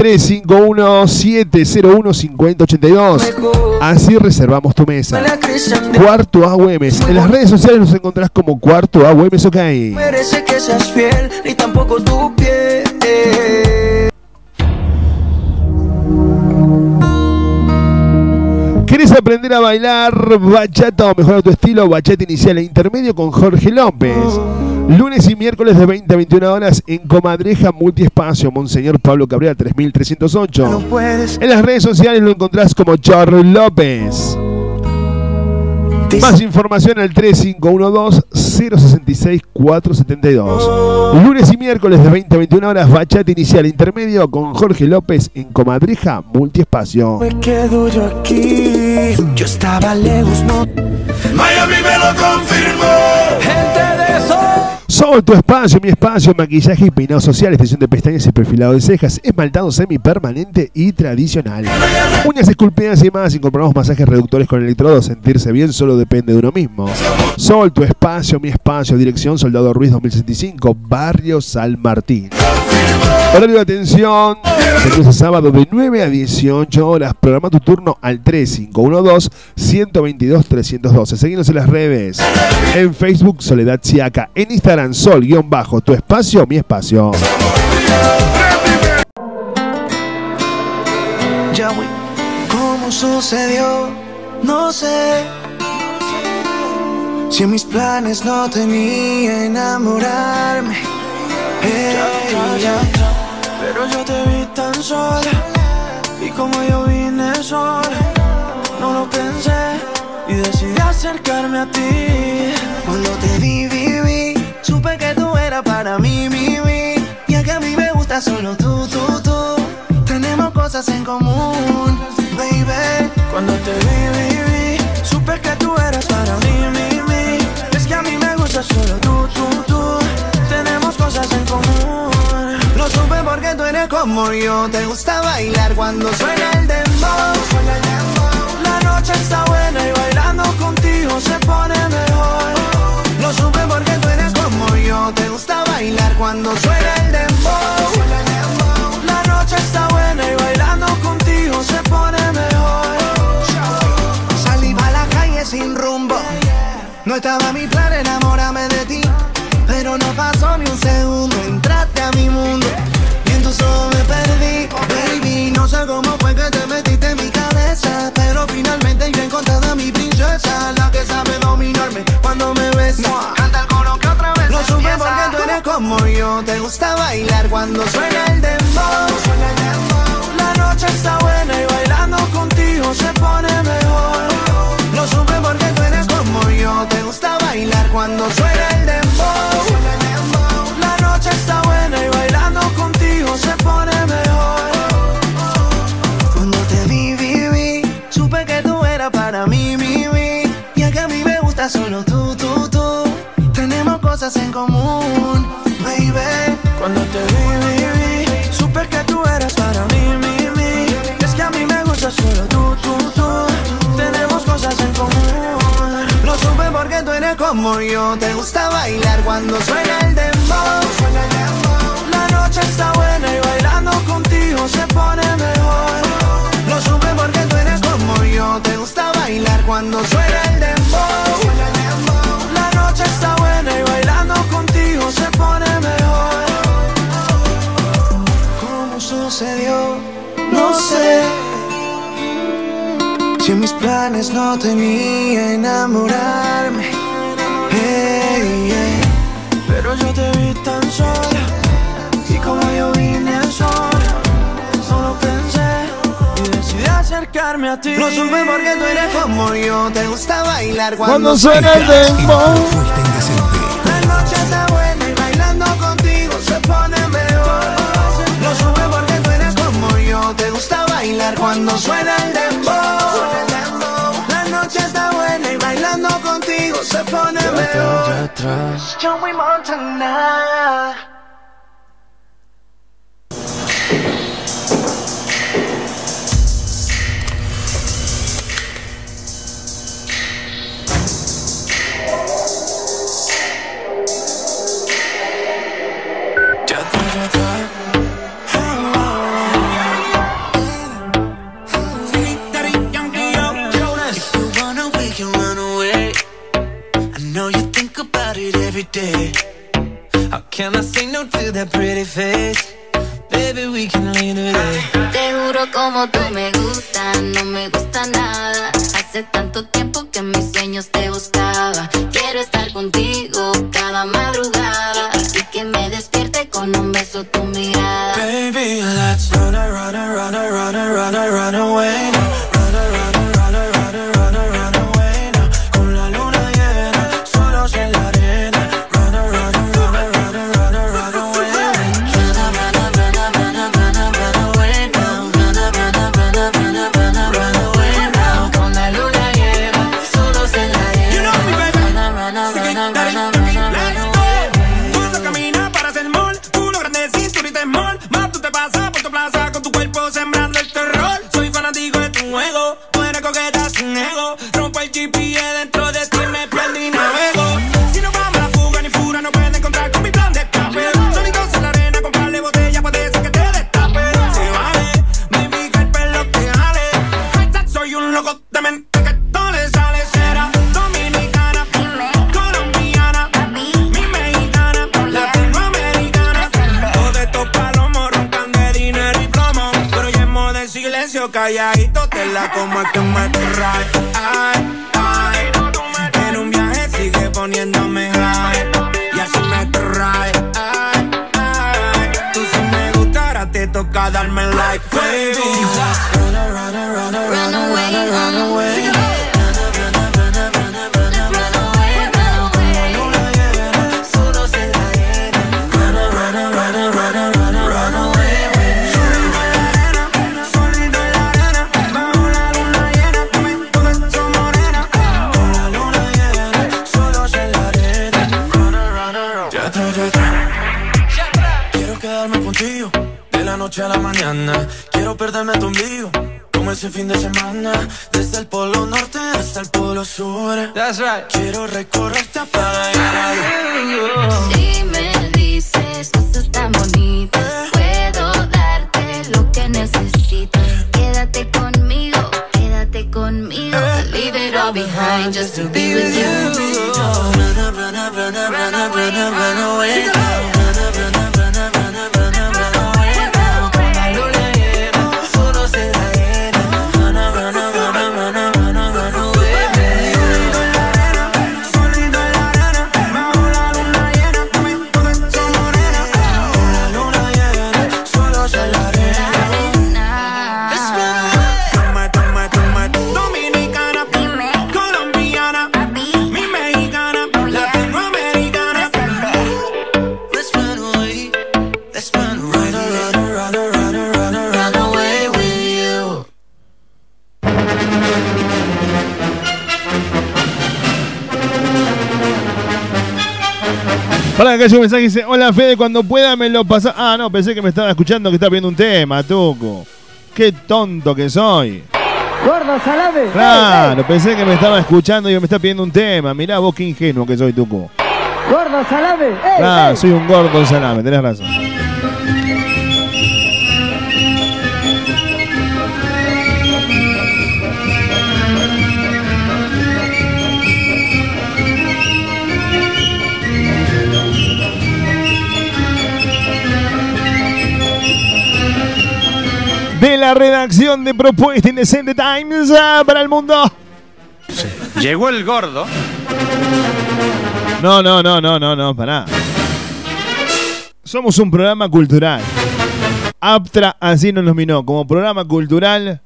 351-701-5082. Así reservamos tu mesa. Cuarto AUM. En las redes sociales nos encontrás como Cuarto AUM. OK. Merece que seas fiel, ni tampoco tu piel. ¿Querés aprender a bailar bachata o mejorar tu estilo? Bachata inicial e intermedio con Jorge López. Lunes y miércoles de 20 a 21 horas en Comadreja Multiespacio, Monseñor Pablo Cabrera 3308. En las redes sociales lo encontrás como Chor López. Más información al 3512-066-472. Lunes y miércoles de 20 a 21 horas, bachata inicial e intermedio con Jorge López en Comadreja Multiespacio. Me quedo yo aquí, yo estaba lejos, no. Miami me lo confirmó. Gente de eso. Sol, tu espacio, mi espacio, maquillaje y peinado social, extensión de pestañas y perfilado de cejas, esmaltado semipermanente y tradicional. Uñas esculpidas y más, incorporamos masajes reductores con electrodos. Sentirse bien solo depende de uno mismo. Sol, tu espacio, mi espacio, dirección Soldado Ruiz 2065, Barrio San Martín. Horario de atención, de lunes a sábado de 9 a 18 horas. Programa tu turno al 3512-122-312. Seguinos en las redes. En Facebook, Soledad Siaca. En Instagram, Sol-tu espacio, mi espacio. Ya, güey, ¿cómo sucedió? No sé. Si en mis planes no tenía enamorarme. Pero yo te vi tan sola, y como yo vine sola, no lo pensé y decidí acercarme a ti. Cuando te vi, supe que tú eras para mí, y es que a mí me gusta solo tú. Tenemos cosas en común, baby. Cuando te vi, supe que tú eras para mí, es que a mí me gusta solo tú. Tenemos cosas en común. Lo supe porque tú eres como yo. Te gusta bailar cuando suena el dembow. La noche está buena. No estaba mi plan enamorarme de ti, pero no pasó ni un segundo. Entraste a mi mundo y en tus ojos me perdí. Baby, no sé cómo fue que te metiste en mi cabeza, pero finalmente yo he encontrado a mi princesa, la que sabe dominarme cuando me besa. Canta el coro que otra vez lo supe porque tú eres como yo. Te gusta bailar cuando suena el dembow. La noche está buena y bailando contigo se pone mejor. Lo supe porque tú eres como yo. Te gusta bailar cuando suena el dembow. La noche está buena y bailando contigo se pone mejor. Cuando te vi, supe que tú eras para mí, y es que a mí me gusta solo tú. Tenemos cosas en común, baby. Cuando te vi, supe que tú eras para mí, y es que a mí me gusta solo tú. Tenemos cosas en común. Lo supe porque tú eres como yo. Te gusta bailar cuando suena el dembow. La noche está buena y bailando contigo se pone mejor. Lo supe porque tú eres como yo. Te gusta bailar cuando suena el dembow. La noche está buena y bailando contigo se pone mejor. ¿Cómo sucedió? No sé. Si en mis planes no tenía enamorarme, pero yo te vi tan sola, y como yo vine sola, solo pensé y decidí acercarme a ti. Lo supe porque tú eres como yo. Te gusta bailar cuando suena el dembow. La noche está buena y bailando contigo se pone mejor. Lo supe porque tú eres como yo. Te gusta bailar cuando suena el dembow. La noche está buena y bailando contigo se pone mejor. Joey Montana. How can I say no to that pretty face? Baby, we can leave today. Te juro como tú me gustas, no me gusta nada. Hace tanto tiempo que en mis sueños te buscaba. Quiero estar contigo cada madrugada y que me despierte con un beso tu mirada. Baby, let's run away now. Calladito te la como es que me trae. Ay, ay. En un viaje sigue poniéndome high y así me trae. Ay, ay. Tú si me gustara te toca darme like, baby. Run away. Noche a la mañana, quiero perderme tu ombligo, como ese fin de semana, desde el polo norte hasta el polo sur. That's right. Quiero recorrerte a Si me dices cosas tan bonitas, puedo darte lo que necesitas. Quédate conmigo, leave it all behind just to be with you. Para acá hay un mensaje que dice: hola Fede, cuando pueda me lo pasa. Ah, no, pensé que me estaba escuchando, que estaba viendo un tema, Tuco. Qué tonto que soy. Gordo, salame. Claro, pensé que me estaba escuchando y me está pidiendo un tema. Mirá vos qué ingenuo que soy, Tuco. Gordo, salame. Claro, soy un gordo salame, tenés razón. De la redacción de Propuesta Indecente Times para el mundo. Sí. Llegó el gordo. No, pará. Somos un programa cultural. Aptra así nos nominó como programa cultural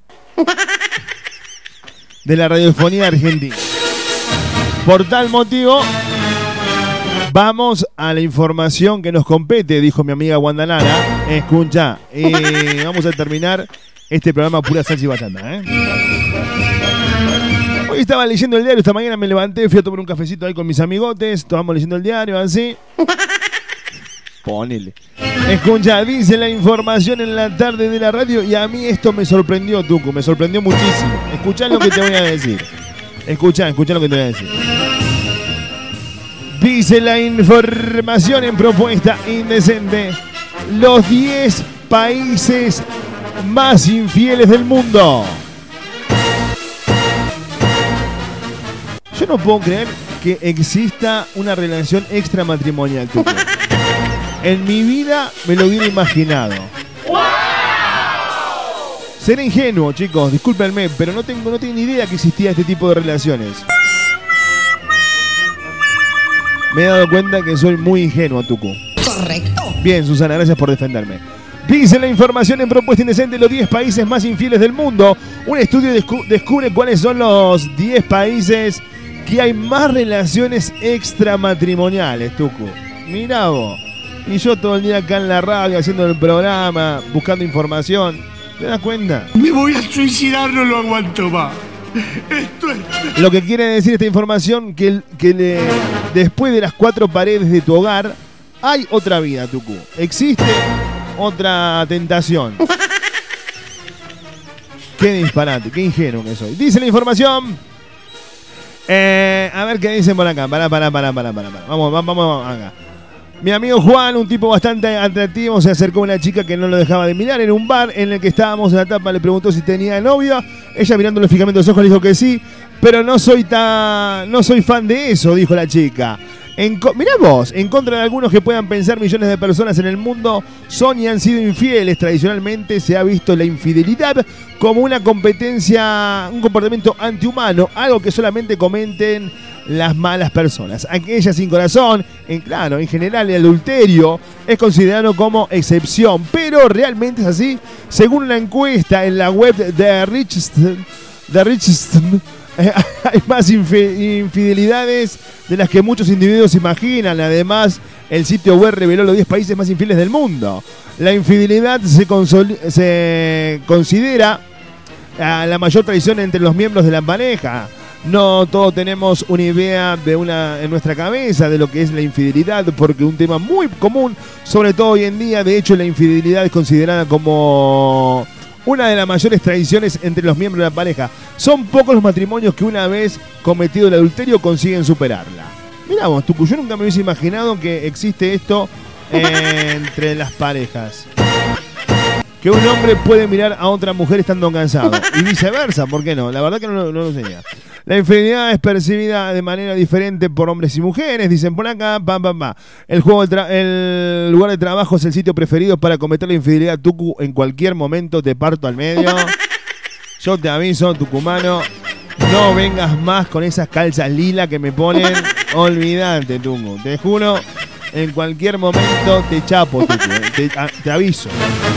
de la radiofonía argentina. Por tal motivo, vamos a la información que nos compete, dijo mi amiga Wanda Nara. Escucha, vamos a terminar este programa pura salsa y batata, Hoy estaba leyendo el diario, esta mañana me levanté, fui a tomar un cafecito ahí con mis amigotes, estábamos leyendo el diario, así. Ponele. Escucha, dice la información en la tarde de la radio y a mí esto me sorprendió, Tuco, me sorprendió muchísimo. Escuchá lo que te voy a decir. Escuchá lo que te voy a decir. Dice la información en Propuesta Indecente: los 10 países más infieles del mundo. Yo no puedo creer que exista una relación extramatrimonial, Tuco. En mi vida me lo hubiera imaginado. ¡Wow! Seré ingenuo, chicos, discúlpenme, pero no tengo ni idea que existía este tipo de relaciones. Me he dado cuenta que soy muy ingenuo, Tuco. Correcto. Bien, Susana, gracias por defenderme. Dice la información en Propuesta Indecente: los 10 países más infieles del mundo. Un estudio descubre cuáles son los 10 países que hay más relaciones extramatrimoniales, Tuco. Mirá vos. Y yo todo el día acá en la radio haciendo el programa, buscando información. ¿Te das cuenta? Me voy a suicidar, no lo aguanto más. Esto es... Lo que quiere decir esta información que después de las 4 paredes de tu hogar hay otra vida, Tucu. Existe otra tentación. Qué disparate, qué ingenuo que soy. Dice la información. A ver qué dicen por acá. Pará. Vamos acá. Mi amigo Juan, un tipo bastante atractivo, se acercó a una chica que no lo dejaba de mirar en un bar en el que estábamos en la tapa. Le preguntó si tenía novio. Ella, mirándolo fijamente a los ojos, le dijo que sí, pero no soy fan de eso, dijo la chica. Mirá vos, en contra de algunos que puedan pensar, millones de personas en el mundo son y han sido infieles. Tradicionalmente se ha visto la infidelidad como una competencia, un comportamiento antihumano, algo que solamente cometen las malas personas. Aquellas sin corazón, en general el adulterio es considerado como excepción, pero realmente es así. Según una encuesta en la web de Richardson, hay más infidelidades de las que muchos individuos imaginan. Además, el sitio web reveló los 10 países más infieles del mundo. La infidelidad se considera la mayor traición entre los miembros de la pareja. No todos tenemos una idea en nuestra cabeza de lo que es la infidelidad, porque es un tema muy común, sobre todo hoy en día. De hecho, la infidelidad es considerada como una de las mayores traiciones entre los miembros de la pareja. Son pocos los matrimonios que una vez cometido el adulterio consiguen superarla. Mirá vos, Tucu, yo nunca me hubiese imaginado que existe esto entre las parejas. Que un hombre puede mirar a otra mujer estando cansado. Y viceversa, ¿por qué no? La verdad que no lo sabía. La infidelidad es percibida de manera diferente por hombres y mujeres, dicen por acá, El lugar de trabajo es el sitio preferido para cometer la infidelidad, Tucu. En cualquier momento te parto al medio. Yo te aviso, tucumano, no vengas más con esas calzas lila que me ponen. Olvídate, Tucu. Te juro, en cualquier momento te chapo, Tucu. Te aviso.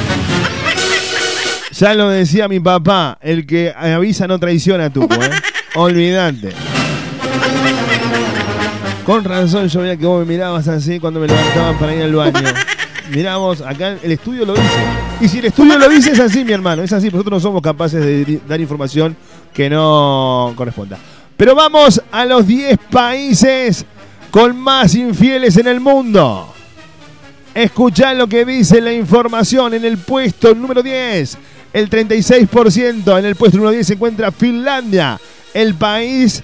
Ya lo decía mi papá, el que avisa no traiciona, Tucu, Olvídate. Con razón yo veía que vos me mirabas así cuando me levantaban para ir al baño. Mirá vos, acá el estudio lo dice. Y si el estudio lo dice, es así, mi hermano. Es así, nosotros no somos capaces de dar información que no corresponda. Pero vamos a los 10 países con más infieles en el mundo. Escuchá lo que dice la información en el puesto número 10. El 36%. En el puesto número 10 se encuentra Finlandia. El país,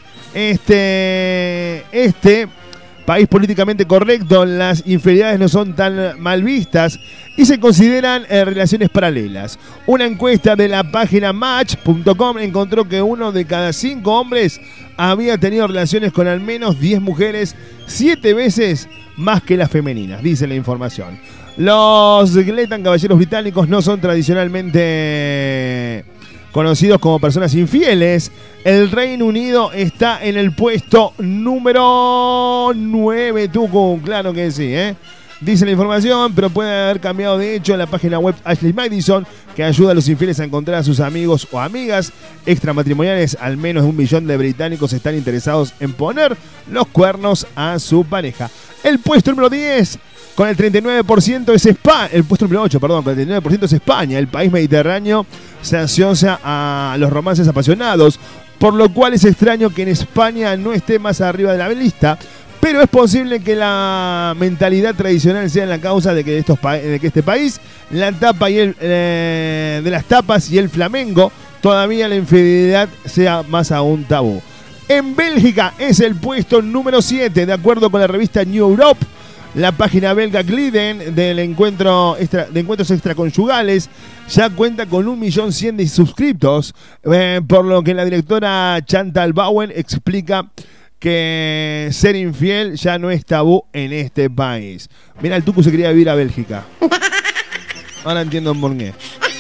país políticamente correcto, las infidelidades no son tan mal vistas y se consideran relaciones paralelas. Una encuesta de la página Match.com encontró que 1 de cada 5 hombres había tenido relaciones con al menos 10 mujeres, 7 veces más que las femeninas, dice la información. Los Gletan Caballeros británicos no son tradicionalmente conocidos como personas infieles. El Reino Unido está en el puesto número 9, Tucu. Claro que sí, Dice la información, pero puede haber cambiado de hecho en la página web Ashley Madison, que ayuda a los infieles a encontrar a sus amigos o amigas extramatrimoniales. Al menos 1 millón de británicos están interesados en poner los cuernos a su pareja. El puesto número 10, con el 39% es España. El puesto número 8, perdón, con el 39% es España. El país mediterráneo se asocia a los romances apasionados, por lo cual es extraño que en España no esté más arriba de la lista. Pero es posible que la mentalidad tradicional sea la causa de que, este país, la tapa y de las tapas y el flamenco, todavía la infidelidad sea más aún tabú. En Bélgica es el puesto número 7, de acuerdo con la revista New Europe. La página belga Gliden de encuentros extraconyugales ya cuenta con 1.100.000 de suscriptos, por lo que la directora Chantal Bowen explica que ser infiel ya no es tabú en este país. Mira, el Tucu se quería vivir a Bélgica. Ahora entiendo por qué.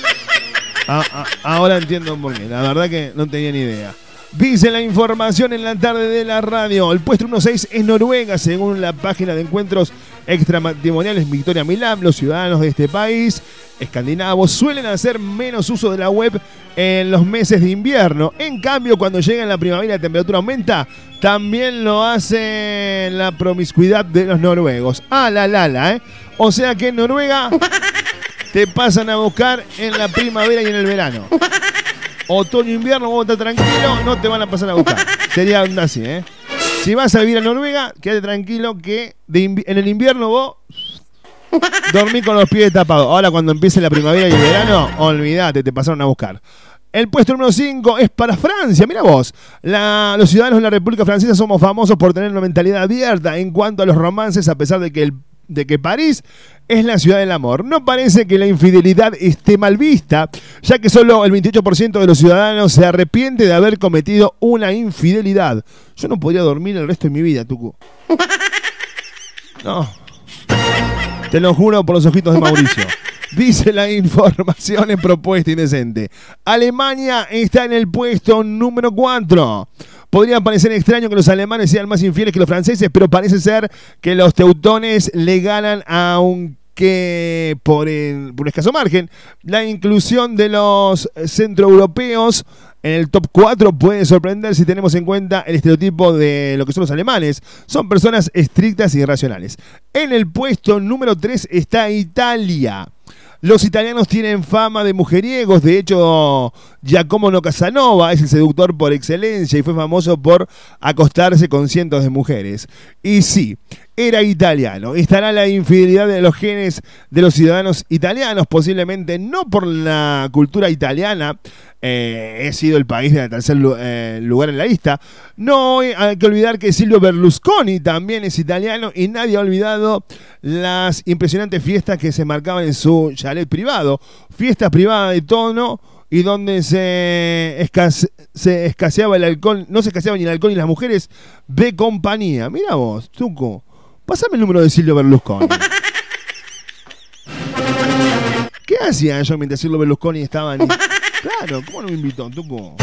Ahora entiendo por qué. La verdad que no tenía ni idea. Dice la información en la tarde de la radio. El puesto 1.6 es Noruega, según la página de encuentros extramatrimoniales Victoria Milán. Los ciudadanos de este país escandinavos suelen hacer menos uso de la web en los meses de invierno. En cambio, cuando llega la primavera y la temperatura aumenta, también lo hace la promiscuidad de los noruegos. O sea que en Noruega te pasan a buscar en la primavera y en el verano. Otoño, invierno, vos estás tranquilo, no te van a pasar a buscar. Sería así, Si vas a vivir a Noruega, quédate tranquilo que en el invierno vos dormí con los pies tapados. Ahora cuando empiece la primavera y el verano, olvídate, te pasaron a buscar. El puesto número 5 es para Francia. Mira vos, los ciudadanos de la República Francesa somos famosos por tener una mentalidad abierta en cuanto a los romances, a pesar de que París es la ciudad del amor. No parece que la infidelidad esté mal vista, ya que solo el 28% de los ciudadanos se arrepiente de haber cometido una infidelidad. Yo no podría dormir el resto de mi vida, Tucu. No. Te lo juro por los ojitos de Mauricio. Dice la información en Propuesta Indecente. Alemania está en el puesto número 4. Podría parecer extraño que los alemanes sean más infieles que los franceses, pero parece ser que los teutones le ganan, aunque por un escaso margen. La inclusión de los centroeuropeos en el top 4 puede sorprender si tenemos en cuenta el estereotipo de lo que son los alemanes. Son personas estrictas y irracionales. En el puesto número 3 está Italia. Los italianos tienen fama de mujeriegos. De hecho, Giacomo Casanova es el seductor por excelencia y fue famoso por acostarse con cientos de mujeres. Y sí, era italiano. Estará la infidelidad de los genes de los ciudadanos italianos, posiblemente no por la cultura italiana. He sido el país del tercer lugar en la lista. No hay que olvidar que Silvio Berlusconi también es italiano y nadie ha olvidado las impresionantes fiestas que se marcaban en su chalet privado. Fiestas privadas de tono y donde se escaseaba el alcohol, no se escaseaba ni el alcohol ni las mujeres, ve compañía. Mira vos, Tuco, pásame el número de Silvio Berlusconi. ¿Qué hacía yo mientras Silvio Berlusconi estaba en... Claro, ¿cómo no me invitó, Tuco?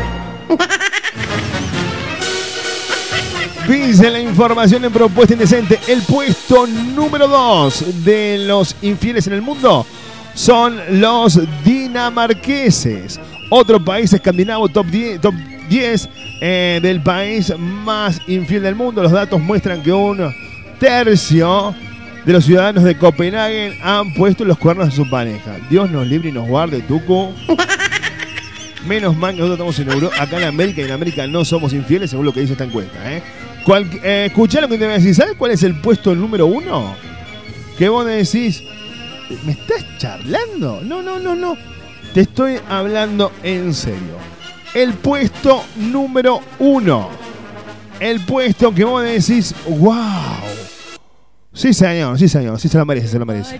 Dice la información en Propuesta Indecente. El puesto número 2 de los infieles en el mundo son los dinamarqueses. Otro país escandinavo top 10 del país más infiel del mundo. Los datos muestran que un tercio de los ciudadanos de Copenhague han puesto los cuernos a su pareja. Dios nos libre y nos guarde, Tuco. Menos mal que nosotros estamos en Europa, acá en América, y en América no somos infieles, según lo que dice esta encuesta. Escuchá lo que te voy a decir. ¿Sabes cuál es el puesto número 1? Que vos decís, ¿me estás charlando? No. Te estoy hablando en serio. El puesto número 1. El puesto que vos decís, wow. Sí, señor, sí, se lo merece,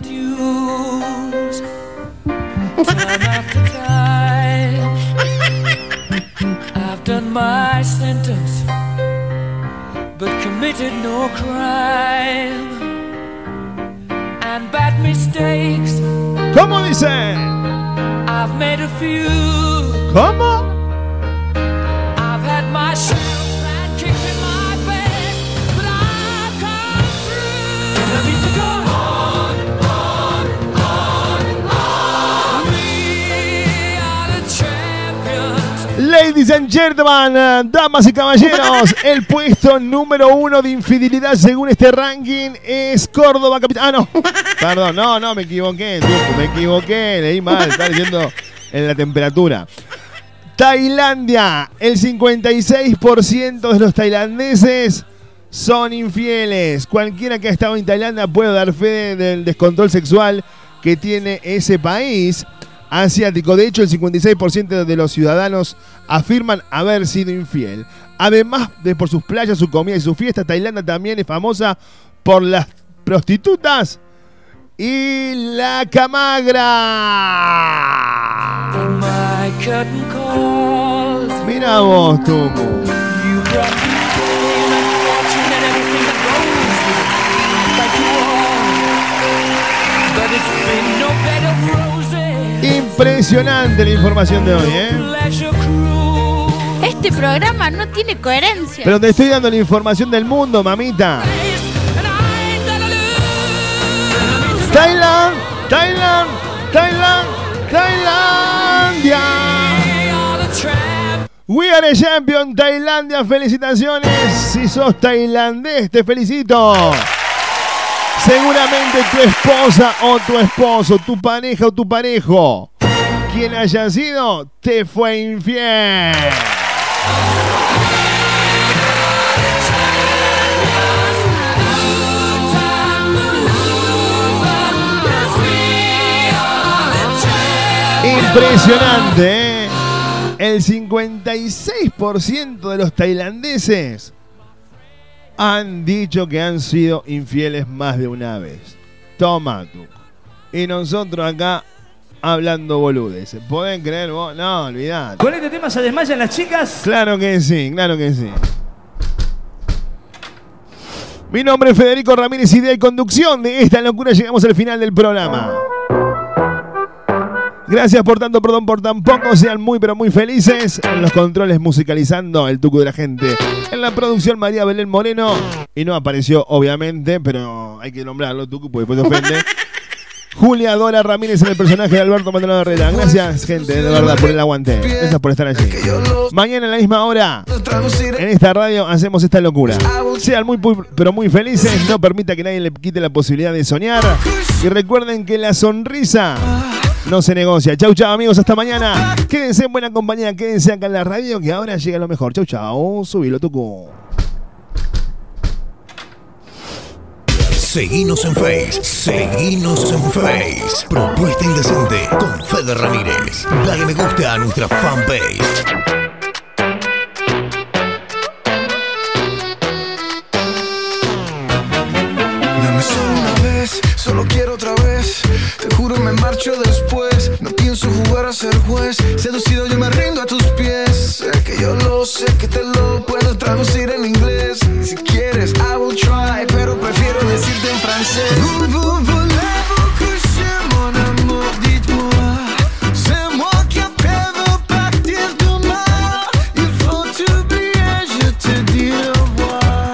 I've done my sentence, but committed no crime. And bad mistakes. ¿Cómo dice? I've made a few. ¿Cómo? I've had my shoes and kicked in my face, but I've come through. And I need to go on. We are the champions. Ladies and gentlemen, damas y caballeros, el puesto número 1 de infidelidad según este ranking es Córdoba capital. Ah, no. Perdón, no, me equivoqué, Tuco, me equivoqué, leí mal, está diciendo en la temperatura. Tailandia, el 56% de los tailandeses son infieles. Cualquiera que ha estado en Tailandia puede dar fe del descontrol sexual que tiene ese país asiático. De hecho, el 56% de los ciudadanos afirman haber sido infiel. Además de por sus playas, su comida y su fiesta, Tailandia también es famosa por las prostitutas y la camagra. Mira vos, Tuco. Impresionante la información de hoy, Este programa no tiene coherencia. Pero te estoy dando la información del mundo, mamita. Tailandia. We are the champion, Tailandia. Felicitaciones. Si sos tailandés, te felicito. Seguramente tu esposa o tu esposo, tu pareja o tu parejo, quien haya sido, te fue infiel. Impresionante, ¿eh? El 56% de los tailandeses han dicho que han sido infieles más de una vez. Toma, Tuco. Y nosotros acá hablando boludeces. ¿Pueden creer vos? No, olvidate. ¿Con este tema se desmayan las chicas? Claro que sí, claro que sí. Mi nombre es Federico Ramírez, idea y conducción de esta locura. Llegamos al final del programa. Gracias por tanto, perdón por tan poco. Sean muy pero muy felices. En los controles musicalizando el Tuco de la gente. En la producción María Belén Moreno. Y no apareció obviamente, pero hay que nombrarlo, Tuco, porque después te ofende. Julia Dora Ramírez en el personaje de Alberto Maldonado Herrera. Gracias, gente, de verdad, por el aguante. Gracias por estar allí. Mañana a la misma hora, en esta radio, hacemos esta locura. Sean muy pero muy felices. No permita que nadie le quite la posibilidad de soñar. Y recuerden que la sonrisa no se negocia. Chau, chau, amigos. Hasta mañana. Quédense en buena compañía. Quédense acá en la radio, que ahora llega lo mejor. Chau, chau. Subilo, Tuco. Seguinos en Face. Propuesta Indecente con Fede Ramírez. Dale me gusta a nuestra fanpage. Dame solo una vez, solo quiero otra vez. Te juro me marcho después. No pienso jugar a ser juez. después, seducido yo me rindo a tus pies. Sé que yo lo sé, que te lo puedo traducir en inglés. Si quieres, I will try, pero prefiero decirte en francés. Voulez-vous coucher mon amour, dites-moi. C'est moi qui appelle partir demain. Il faut t'oublier, je te dis au revoir.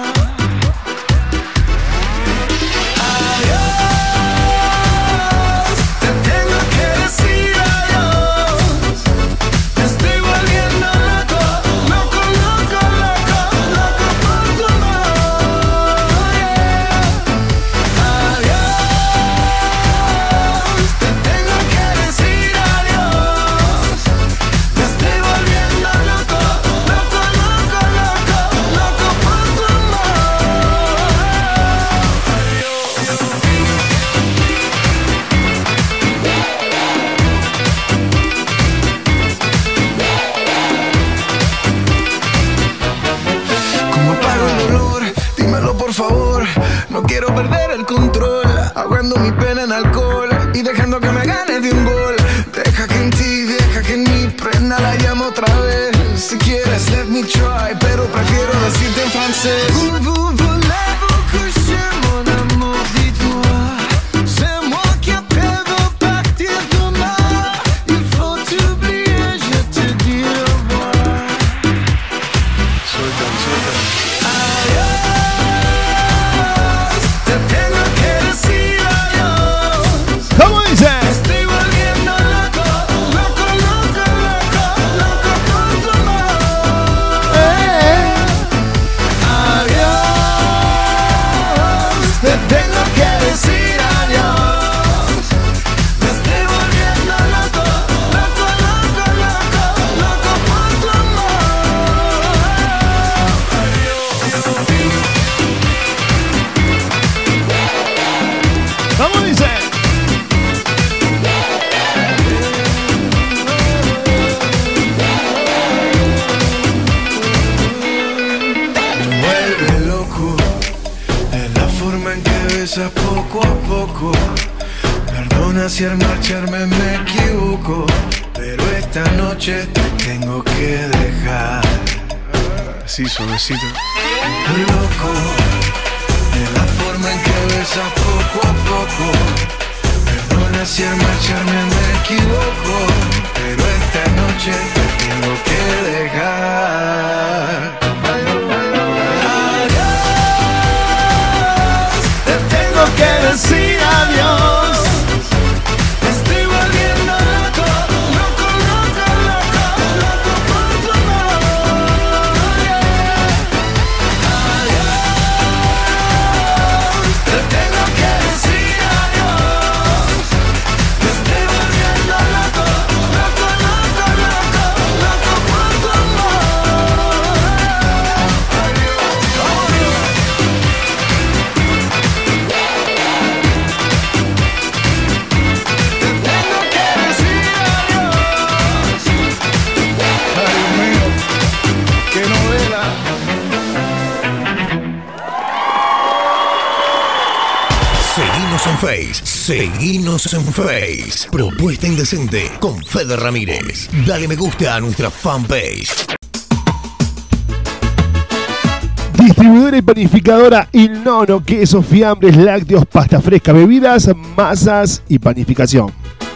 Adiós, te tengo que decir adiós. Me estoy volviendo loco, loco, loco, loco, loco por tu amor. Adiós, te tengo que decir adiós. Me estoy volviendo loco, loco, loco, loco, loco por tu ¿Cómo apago el dolor? Dímelo por favor. No quiero perder el control, ahogando mi pena en alcohol y dejando que me gane de un gol. Deja que en ti, deja que en mí prenda la llama otra vez. Si quieres, let me try, pero prefiero decirte en francés. Voulez-vous coucher mon amour, dites-moi. C'est moi qui appelle partir demain. Il faut t'oublier, je te dis au revoir. Adiós, te tengo que decir adiós. ¿Cómo dice? Me estoy volviendo loco, loco, loco, loco, loco por tu amor. Adiós, te tengo que decir adiós. Me estoy volviendo loco, loco, loco, loco, loco por tu ¿Cómo dice? Me vuelve loco, es la forma en que besas poco a poco. Perdona si al marcharme me equivoco, pero esta noche te tengo que dejar. Así suavecito. Loco, es la forma en que besas poco a poco. Perdona si al marcharme me equivoco, pero esta noche te tengo que dejar. Adiós, te tengo que decir adiós. Me estoy volviendo loco, loco, loco, loco, loco por tu amor. Adiós, te tengo que decir adiós. Me estoy volviendo loco, loco, loco, loco, loco por tu amor. Tengo que decir adiós. Ay, Dios mío, qué novela. Seguinos en Face. Seguinos en Face. Propuesta Indecente con Fede Ramírez. Dale me gusta a nuestra fanpage. Distribuidora y panificadora Il Nono, quesos, fiambres, lácteos, pasta fresca, bebidas, masas y panificación.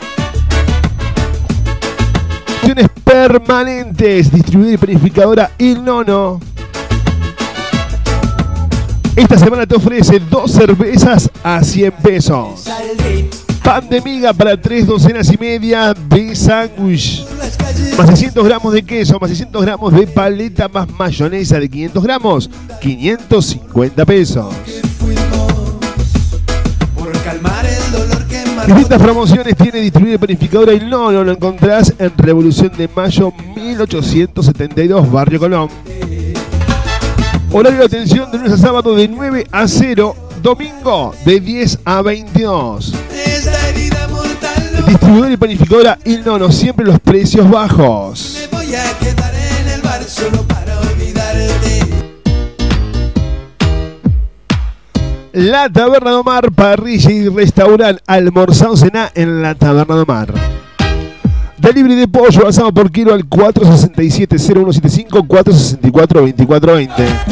Opciones permanentes. Distribuidora y panificadora Il Nono. Esta semana te ofrece 2 cervezas a 100 pesos. Pan de miga para 3 docenas y media de sándwich. Más 600 gramos de queso, más 600 gramos de paleta, más mayonesa de 500 gramos, 550 pesos. Distintas promociones tiene distribuidora y panificadora Il Nono. Lo encontrás en Revolución de Mayo 1872, Barrio Colón. Horario de atención de lunes a sábado de 9 a 0, domingo de 10 a 22. Distribuidora y panificadora Il Nono, siempre los precios bajos. Me voy a quedar en el bar solo para olvidarte. La Taberna de Omar, parrilla y restaurante, almorzado, cená en la Taberna de Omar. Delivery de pollo asado por kilo al 467-0175, 464-2420.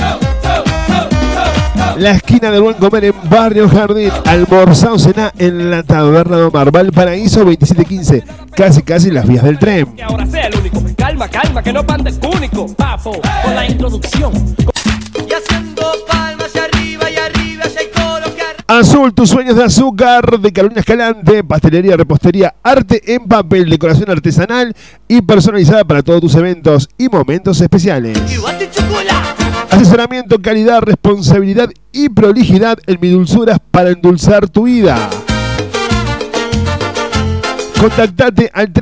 La esquina del buen comer en Barrio Jardín. Almorzado cená en la Taberna de Omar, Valparaíso 2715. Casi las vías del tren. Que ahora sea el único. Calma, que no pande único. Papo, con la introducción. Y haciendo palmas hacia arriba y arriba hacia el coro que Azul, tus sueños de azúcar, de Carolina Escalante, pastelería, repostería, arte en papel, decoración artesanal y personalizada para todos tus eventos y momentos especiales. Asesoramiento, calidad, responsabilidad y prolijidad en Mi Dulzuras para endulzar tu vida. Contactate al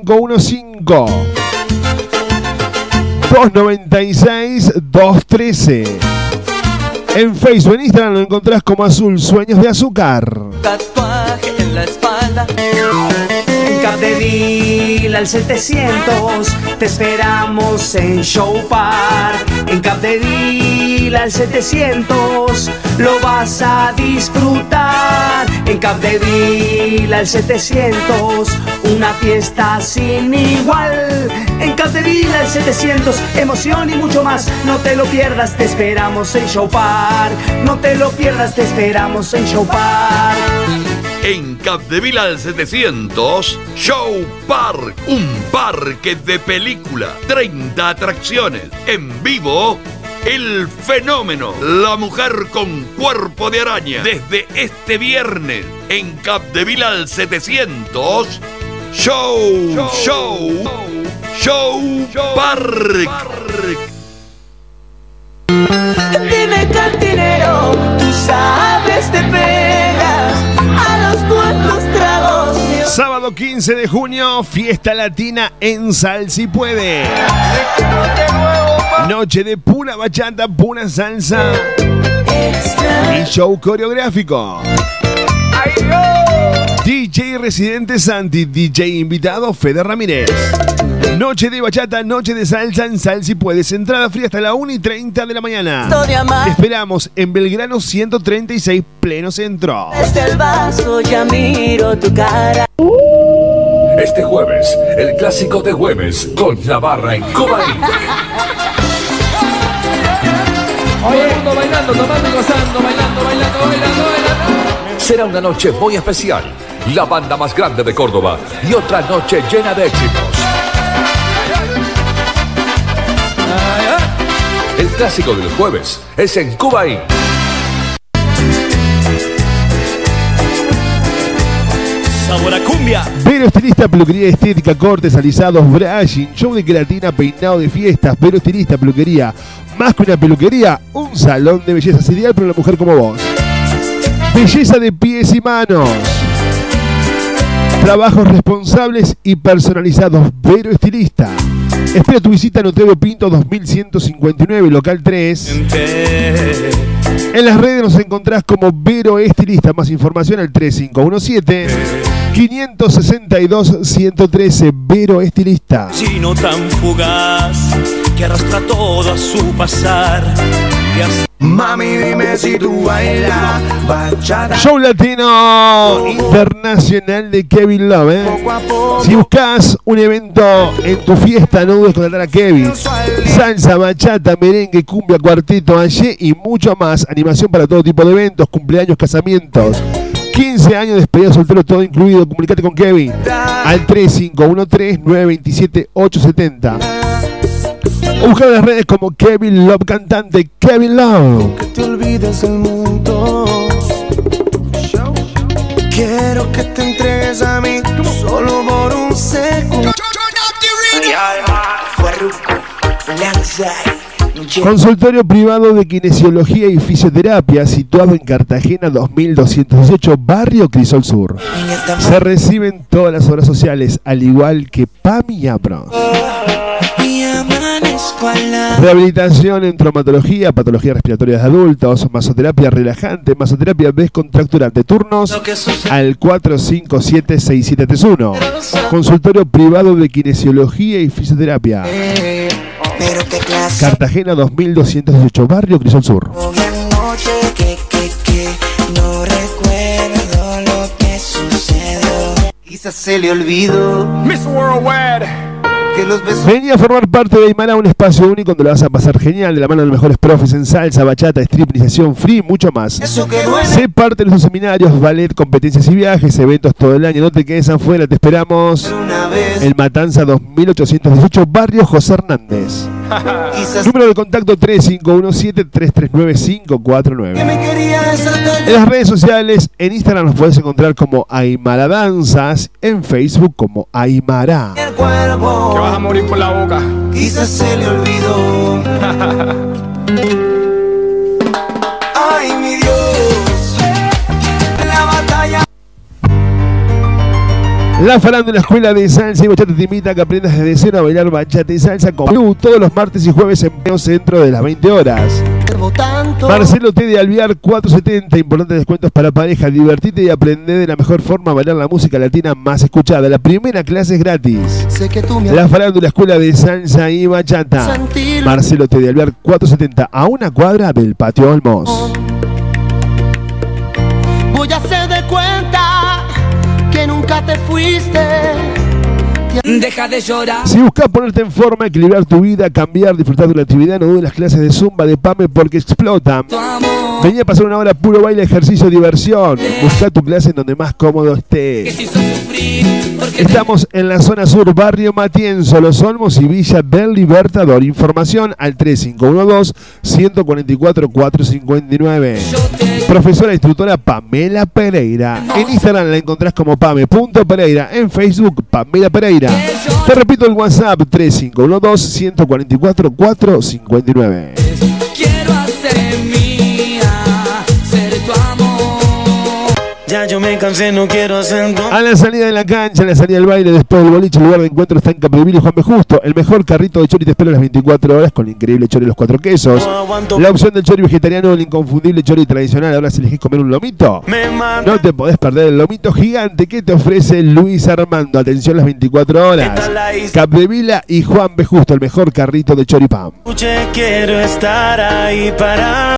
3515-296-213. En Facebook, en Instagram lo encontrás como Azul Sueños de Azúcar. tatuaje en la espalda. En Capdeville al 700 te esperamos en Show Park. En Capdeville al 700 lo vas a disfrutar. En Capdeville al 700 una fiesta sin igual. En Capdeville al 700 emoción y mucho más. No te lo pierdas, te esperamos en Show Park. No te lo pierdas, te esperamos en Show Park. En Capdeville al 700, Show Park, un parque de película, 30 atracciones, en vivo, El Fenómeno, la mujer con cuerpo de araña, desde este viernes, en Capdeville al 700, Show Park. Dime cantinero, tú sabes te pegas a los cuantos tragos. Sábado 15 de junio, fiesta latina en Sal Si Puede. Noche de pura bachata, pura salsa y show coreográfico. DJ residente Santi, DJ invitado Fede Ramírez. Noche de bachata, noche de salsa en Sal Si Puedes. Entrada fría hasta la 1:30 de la mañana. Te esperamos en Belgrano 136, pleno centro. Desde el vaso ya miro tu cara. Este jueves, el clásico de jueves con la barra en Cubaín. Todo el mundo bailando, tomando y gozando, bailando. Será una noche muy especial. La banda más grande de Córdoba y otra noche llena de éxitos. El clásico del jueves es en Cubaín. Sabor a cumbia. Vero Estilista, peluquería estética, cortes, alisados, brushing, show de queratina, peinado de fiestas. Vero Estilista, peluquería. Más que una peluquería, un salón de belleza ideal para una mujer como vos. Belleza de pies y manos. Trabajos responsables y personalizados. Vero Estilista. Espera tu visita en Otero Pinto 2159, local 3. En las redes nos encontrás como Vero Estilista. Más información al 3517-562-113. Vero Estilista. Chino tan fugaz que arrastra todo a su pasar. Mami, dime si tú bailas bachata. Show latino internacional de Kevin Love, Si buscas un evento en tu fiesta, no dudes en contratar a Kevin. Salsa, bachata, merengue, cumbia, cuarteto, ayer y mucho más. Animación para todo tipo de eventos, cumpleaños, casamientos. 15 años de despedida soltero, todo incluido. Comunicate con Kevin al 3513-927-870. O buscar en las redes como Kevin Love Cantante. Kevin Love. Que te olvides del mundo. Quiero que te entregues a mí solo por un segundo. Consultorio privado de kinesiología y fisioterapia situado en Cartagena 2218, barrio Crisol Sur. Se reciben todas las obras sociales, al igual que PAMI y APRO. Rehabilitación en traumatología, patologías respiratorias de adultos, masoterapia relajante, masoterapia descontracturante. Turnos al 457-6731. Consultorio privado de kinesiología y fisioterapia. Cartagena 2218, barrio Crisol Sur. No recuerdo lo que sucedió. Quizás se le olvidó Miss Worldwide. que los besos. Vení a formar parte de Aymara, un espacio único donde lo vas a pasar genial, de la mano de los mejores profes en salsa, bachata, strip, iniciación free, mucho más. Eso que duele. Sé parte de nuestros seminarios, ballet, competencias y viajes, eventos todo el año. No te quedes afuera, te esperamos. Una vez. El Matanza 2818, Barrio José Hernández. Quizás Número de contacto 3517-339-549. que me quería desartar. En las redes sociales, en Instagram nos puedes encontrar como Aymara Danzas, en Facebook como Aymara. El cuerpo. Que vas a morir por la boca. Quizás se le olvidó. Ay, mi Dios. La batalla. La Farándula Escuela de Salsa y Bachata te invita a que aprendas desde cero a bailar bachata y salsa con Blue todos los martes y jueves en Pleno Centro de las 20 horas. Tanto. Marcelo T. de Alvear 470, importantes descuentos para pareja. Divertite y aprende de la mejor forma a bailar la música latina más escuchada. La primera clase es gratis. Sé que tú me La Farándula Escuela de Salsa y Bachata. Santil. Marcelo T. de Alvear 470, a una cuadra del Patio Olmos. Voy a hacer de cuenta que nunca te fuiste. Deja de llorar. Si buscas ponerte en forma, equilibrar tu vida, cambiar, disfrutar de la actividad, no dudes las clases de Zumba de PAME porque explotan. Vení a pasar una hora puro baile, ejercicio, diversión. Busca tu clase en donde más cómodo estés. Estamos en la zona sur, Barrio Matienzo, Los Olmos y Villa del Libertador. Información al 3512-144-459. Profesora e instructora Pamela Pereira. En Instagram la encontrás como pame.pereira. En Facebook, Pamela Pereira. Te repito el WhatsApp 3512-144-459. Quiero hacer mía, ser tu amor. Ya yo me cansé, no quiero hacer. A la salida de la cancha, a la salida del baile, después del boliche, el lugar de encuentro está en Capdevila y Juan B. Justo. El mejor carrito de chori te espera a las 24 horas con el increíble chori de los 4 quesos. La opción del chori vegetariano, el inconfundible chori tradicional. Ahora si elegís comer un lomito, no te podés perder el lomito gigante que te ofrece Luis Armando. Atención las 24 horas. Capdevila y Juan B. Justo, el mejor carrito de choripán. Quiero estar ahí para.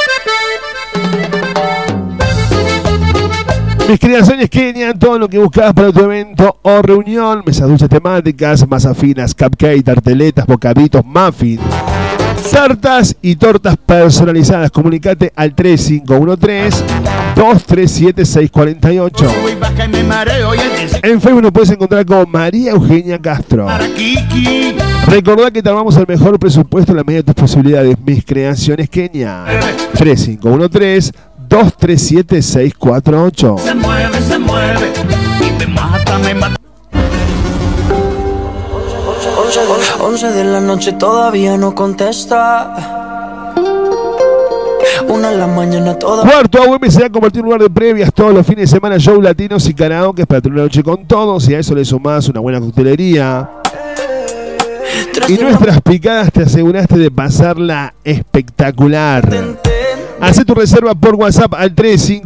Mis Creaciones Kenia, todo lo que buscabas para tu evento o reunión, mesas dulces temáticas, masas finas, cupcake, tarteletas, bocaditos, muffins, tartas y tortas personalizadas. Comunicate al 3513-237-648. En Facebook nos puedes encontrar como María Eugenia Castro. Recordá que te armamos el mejor presupuesto en la medida de tus posibilidades. Mis Creaciones Kenia. 3513-237-648. Se mueve y me mata, me mata. 11 de la noche todavía no contesta. 1 de la mañana toda. Cuarto AUM se ha convertido en un lugar de previas todos los fines de semana, show latinos y karaoke para tener una noche con todos. Y a eso le sumás una buena coctelería y nuestras picadas. Te aseguraste de pasarla espectacular. Hacé tu reserva por WhatsApp al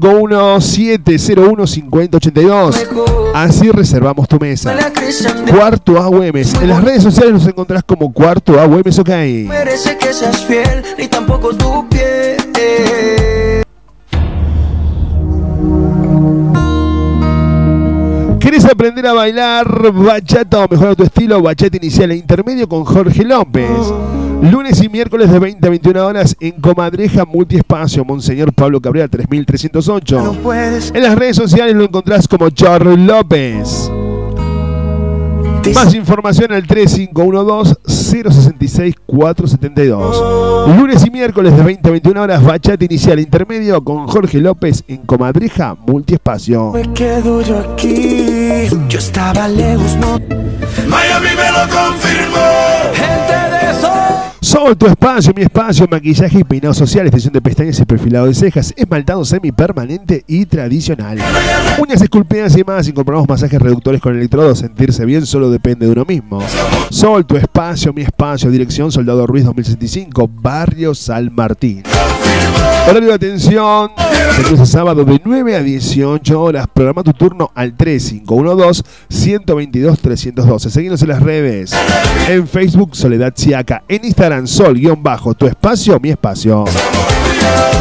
351-701-5082. Así reservamos tu mesa. Cuarto AUM. En las redes sociales nos encontrás como Cuarto AUM OK. Merece que seas fiel, ni tampoco tu piel. ¿Querés aprender a bailar bachata o mejorar tu estilo? Bachata inicial e intermedio con Jorge López. Lunes y miércoles de 20 a 21 horas en Comadreja Multiespacio, Monseñor Pablo Cabrera 3308. En las redes sociales lo encontrás como Chor López. Más información al 3512-066-472. Lunes y miércoles de 20 a 21 horas, bachata inicial e intermedio con Jorge López en Comadreja Multiespacio. Me quedo yo aquí, yo estaba lejos, no. Miami me lo confirmó. Gente de eso. Sol, tu espacio, mi espacio, maquillaje y peinado social, extensión de pestañas y perfilado de cejas, esmaltado semipermanente y tradicional. Uñas esculpidas y más, incorporamos masajes reductores con electrodos. Sentirse bien solo depende de uno mismo. Sol, tu espacio, mi espacio, dirección Soldado Ruiz 2065, Barrio San Martín. Horario de atención, de lunes a sábado de 9 a 18 horas. Programa tu turno al 3512-122-312. Seguinos en las redes. En Facebook, Soledad Siaca. En Instagram, Sol-tu espacio, mi espacio.